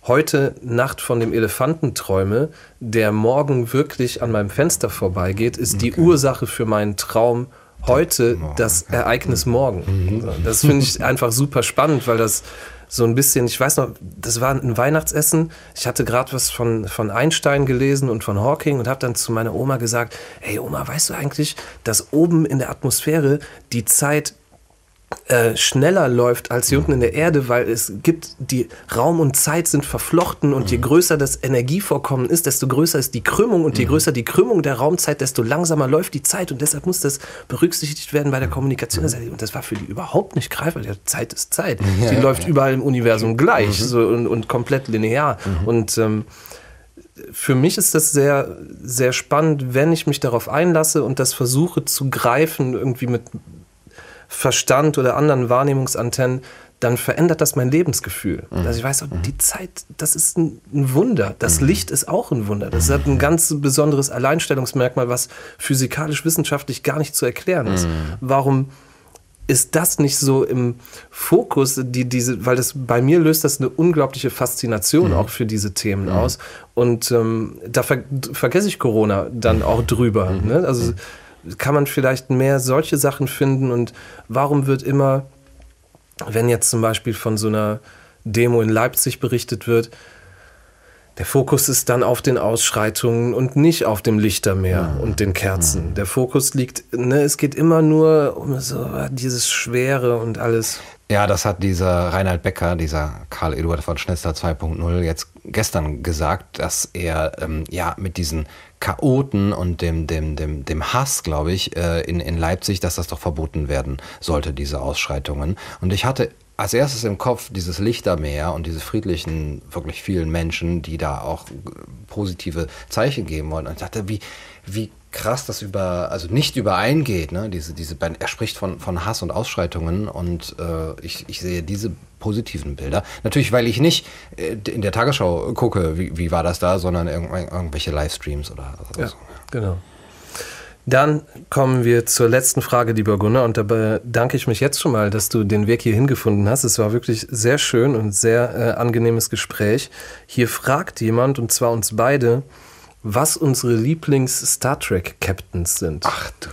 heute Nacht von dem Elefanten träume, der morgen wirklich an meinem Fenster vorbeigeht, ist die Ursache für meinen Traum heute das Ereignis morgen. Das finde ich einfach super spannend, weil das so ein bisschen, ich weiß noch, das war ein Weihnachtsessen. Ich hatte gerade was von Einstein gelesen und von Hawking und habe dann zu meiner Oma gesagt, hey Oma, weißt du eigentlich, dass oben in der Atmosphäre die Zeit schneller läuft als hier unten in der Erde, weil es gibt, die Raum und Zeit sind verflochten und je größer das Energievorkommen ist, desto größer ist die Krümmung und je größer die Krümmung der Raumzeit, desto langsamer läuft die Zeit und deshalb muss das berücksichtigt werden bei der Kommunikation. Und das war für die überhaupt nicht greifbar. Die Zeit ist Zeit. Die läuft überall im Universum gleich so, und komplett linear. Und für mich ist das sehr, sehr spannend, wenn ich mich darauf einlasse und das versuche zu greifen, irgendwie mit Verstand oder anderen Wahrnehmungsantennen, dann verändert das mein Lebensgefühl. Also ich weiß auch, die Zeit, das ist ein Wunder. Das Licht ist auch ein Wunder. Das hat ein ganz besonderes Alleinstellungsmerkmal, was physikalisch-wissenschaftlich gar nicht zu erklären ist. Warum ist das nicht so im Fokus, weil das bei mir löst das eine unglaubliche Faszination auch für diese Themen aus. Und da vergesse ich Corona dann auch drüber. Ne? Also kann man vielleicht mehr solche Sachen finden und warum wird immer, wenn jetzt zum Beispiel von so einer Demo in Leipzig berichtet wird, der Fokus ist dann auf den Ausschreitungen und nicht auf dem Lichtermeer und den Kerzen. Der Fokus liegt, es geht immer nur um so dieses Schwere und alles. Ja, das hat dieser Reinhard Becker, dieser Karl Eduard von Schnitzler 2.0 jetzt gestern gesagt, dass er mit diesen Chaoten und dem Hass, glaube ich, in Leipzig, dass das doch verboten werden sollte, diese Ausschreitungen. Und ich hatte als erstes im Kopf dieses Lichtermeer und diese friedlichen, wirklich vielen Menschen, die da auch positive Zeichen geben wollen. Und ich dachte, wie krass das nicht übereingeht, ne? Er spricht von Hass und Ausschreitungen und ich sehe diese positiven Bilder. Natürlich, weil ich nicht in der Tagesschau gucke, wie war das da, sondern irgendwelche Livestreams oder so. Ja, genau. Dann kommen wir zur letzten Frage, lieber Gunnar, und da bedanke ich mich jetzt schon mal, dass du den Weg hierhin gefunden hast. Es war wirklich sehr schön und sehr angenehmes Gespräch. Hier fragt jemand, und zwar uns beide, was unsere Lieblings-Star Trek-Captains sind. Ach du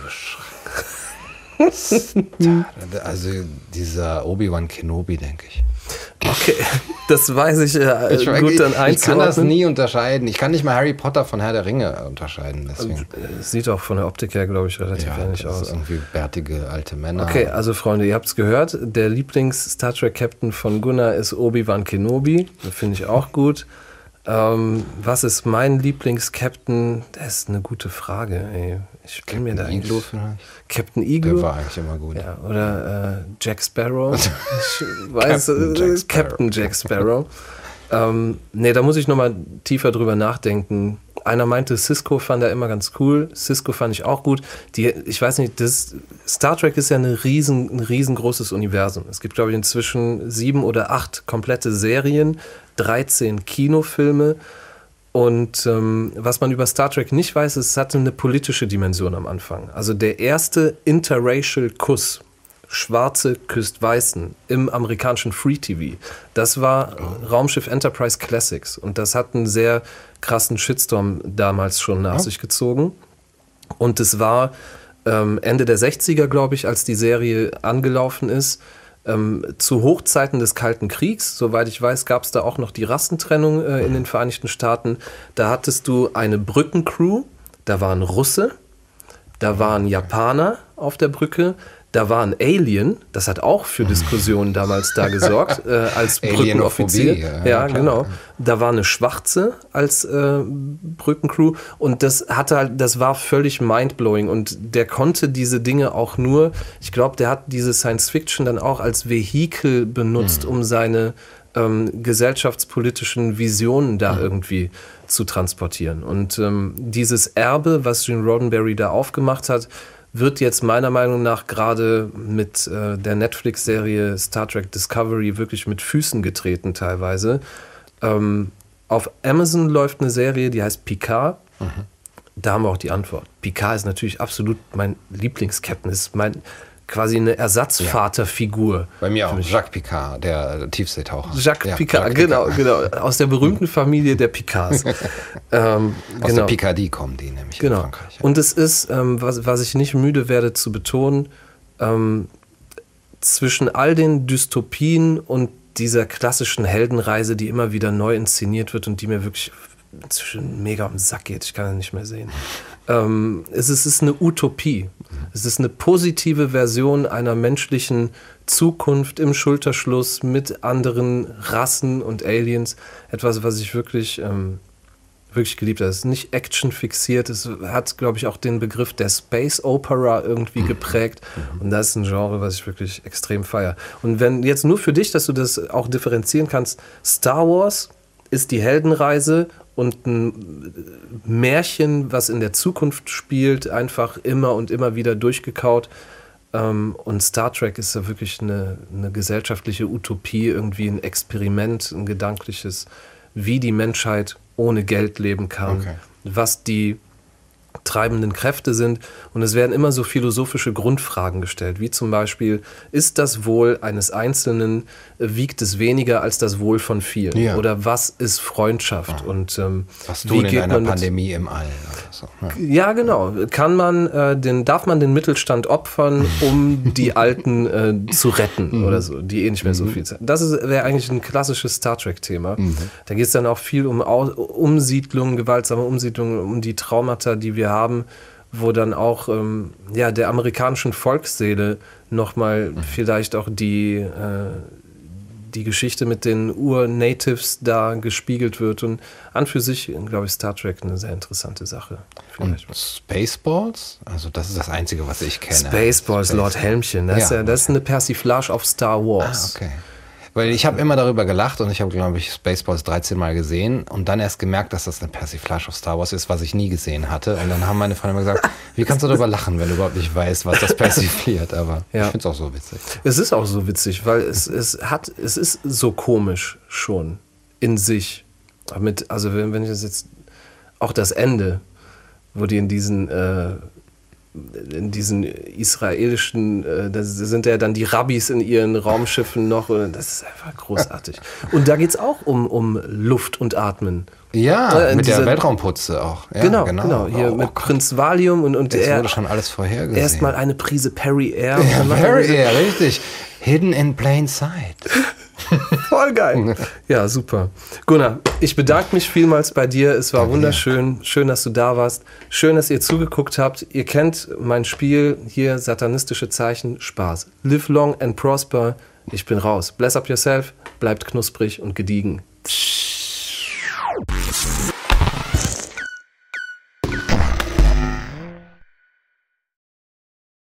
Also dieser Obi-Wan Kenobi, denke ich. Okay, das weiß ich gut dann einzuordnen. Ich kann das nie unterscheiden. Ich kann nicht mal Harry Potter von Herr der Ringe unterscheiden. Deswegen. Sieht auch von der Optik her, glaube ich, relativ ähnlich aus. Irgendwie bärtige alte Männer. Okay, also Freunde, ihr habt es gehört. Der Lieblings-Star Trek-Captain von Gunnar ist Obi-Wan Kenobi. Das finde ich auch gut. Was ist mein Lieblings-Captain? Das ist eine gute Frage. Ey. Ich bin mir da eigentlich. Captain Igloo? Der war eigentlich immer gut. Ja, oder Jack Sparrow. Ich weiß, Captain Jack Sparrow. Da muss ich nochmal tiefer drüber nachdenken. Einer meinte, Sisko fand er immer ganz cool. Sisko fand ich auch gut. Ich weiß nicht, Star Trek ist ja ein riesengroßes Universum. Es gibt, glaube ich, inzwischen 7 oder 8 komplette Serien, 13 Kinofilme. Und was man über Star Trek nicht weiß, es hatte eine politische Dimension am Anfang. Also der erste interracial Kuss, Schwarze küsst Weißen, im amerikanischen Free TV, das war Raumschiff Enterprise Classics. Und das hat einen sehr krassen Shitstorm damals schon nach sich gezogen. Und es war Ende der 60er, glaube ich, als die Serie angelaufen ist, zu Hochzeiten des Kalten Kriegs, soweit ich weiß, gab es da auch noch die Rassentrennung in den Vereinigten Staaten. Da hattest du eine Brückencrew, da war ein Russe, da war ein Japaner auf der Brücke, da war ein Alien, das hat auch für Diskussionen damals da gesorgt, als Brückenoffizier. Ja, genau. Da war eine Schwarze als Brückencrew und das war völlig mindblowing und der konnte diese Dinge auch nur, ich glaube, der hat diese Science-Fiction dann auch als Vehikel benutzt, um seine gesellschaftspolitischen Visionen da irgendwie zu transportieren. Und dieses Erbe, was Gene Roddenberry da aufgemacht hat, wird jetzt meiner Meinung nach gerade mit der Netflix-Serie Star Trek Discovery wirklich mit Füßen getreten teilweise. Auf Amazon läuft eine Serie, die heißt Picard. Da haben wir auch die Antwort. Picard ist natürlich absolut mein Lieblings-Captain. Ist mein quasi eine Ersatzvaterfigur. Bei mir auch Jacques Picard, der Tiefseetaucher. Jacques Picard, genau. Aus der berühmten Familie der Picards. Aus der Picardie kommen die nämlich in Frankreich. Und es ist, was ich nicht müde werde zu betonen, zwischen all den Dystopien und dieser klassischen Heldenreise, die immer wieder neu inszeniert wird und die mir wirklich inzwischen mega am Sack geht, ich kann das nicht mehr sehen. Es ist eine Utopie. Es ist eine positive Version einer menschlichen Zukunft im Schulterschluss mit anderen Rassen und Aliens. Etwas, was ich wirklich geliebt habe. Es ist nicht actionfixiert. Es hat, glaube ich, auch den Begriff der Space Opera irgendwie geprägt. Und das ist ein Genre, was ich wirklich extrem feiere. Und wenn jetzt nur für dich, dass du das auch differenzieren kannst, Star Wars ist die Heldenreise und ein Märchen, was in der Zukunft spielt, einfach immer und immer wieder durchgekaut. Und Star Trek ist ja wirklich eine gesellschaftliche Utopie, irgendwie ein Experiment, ein gedankliches, wie die Menschheit ohne Geld leben kann, was die treibenden Kräfte sind. Und es werden immer so philosophische Grundfragen gestellt, wie zum Beispiel, ist das Wohl eines Einzelnen, wiegt es weniger als das Wohl von vielen? Ja. Oder was ist Freundschaft? Und was tun in einer Pandemie im All? So, ja, genau. Darf man den Mittelstand opfern, um die Alten zu retten oder so, die nicht mehr so viel Zeit. Das wäre eigentlich ein klassisches Star Trek-Thema. Da geht es dann auch viel um Umsiedlungen, gewaltsame Umsiedlungen, um die Traumata, die wir haben, wo dann auch der amerikanischen Volksseele nochmal vielleicht auch die Geschichte mit den Ur-Natives da gespiegelt wird. Und an für sich, glaube ich, Star Trek eine sehr interessante Sache. Und Spaceballs? Also das ist das Einzige, was ich kenne. Spaceballs, Lord Helmchen. Das ist eine Persiflage auf Star Wars. Okay. Weil ich habe immer darüber gelacht und ich habe, glaube ich, Spaceballs 13 Mal gesehen und dann erst gemerkt, dass das eine Persiflage auf Star Wars ist, was ich nie gesehen hatte. Und dann haben meine Freunde immer gesagt, wie kannst du darüber lachen, wenn du überhaupt nicht weißt, was das persifliert? Aber ich finde es auch so witzig. Es ist auch so witzig, weil es ist so komisch schon in sich. Also wenn ich das jetzt, auch das Ende, wo die in diesen israelischen, da sind ja dann die Rabbis in ihren Raumschiffen noch, das ist einfach großartig. Und da geht es auch um Luft und Atmen. Ja, mit der Weltraumputze auch. Ja, genau. Hier mit Prinz Valium und es wurde schon alles vorhergesehen. Erstmal eine Prise Perry Air. Ja, Perry Air, richtig. Hidden in plain sight. Voll geil. Ja, super. Gunnar, ich bedanke mich vielmals bei dir. Es war wunderschön. Schön, dass du da warst. Schön, dass ihr zugeguckt habt. Ihr kennt mein Spiel hier, satanistische Zeichen, Spaß. Live long and prosper. Ich bin raus. Bless up yourself. Bleibt knusprig und gediegen.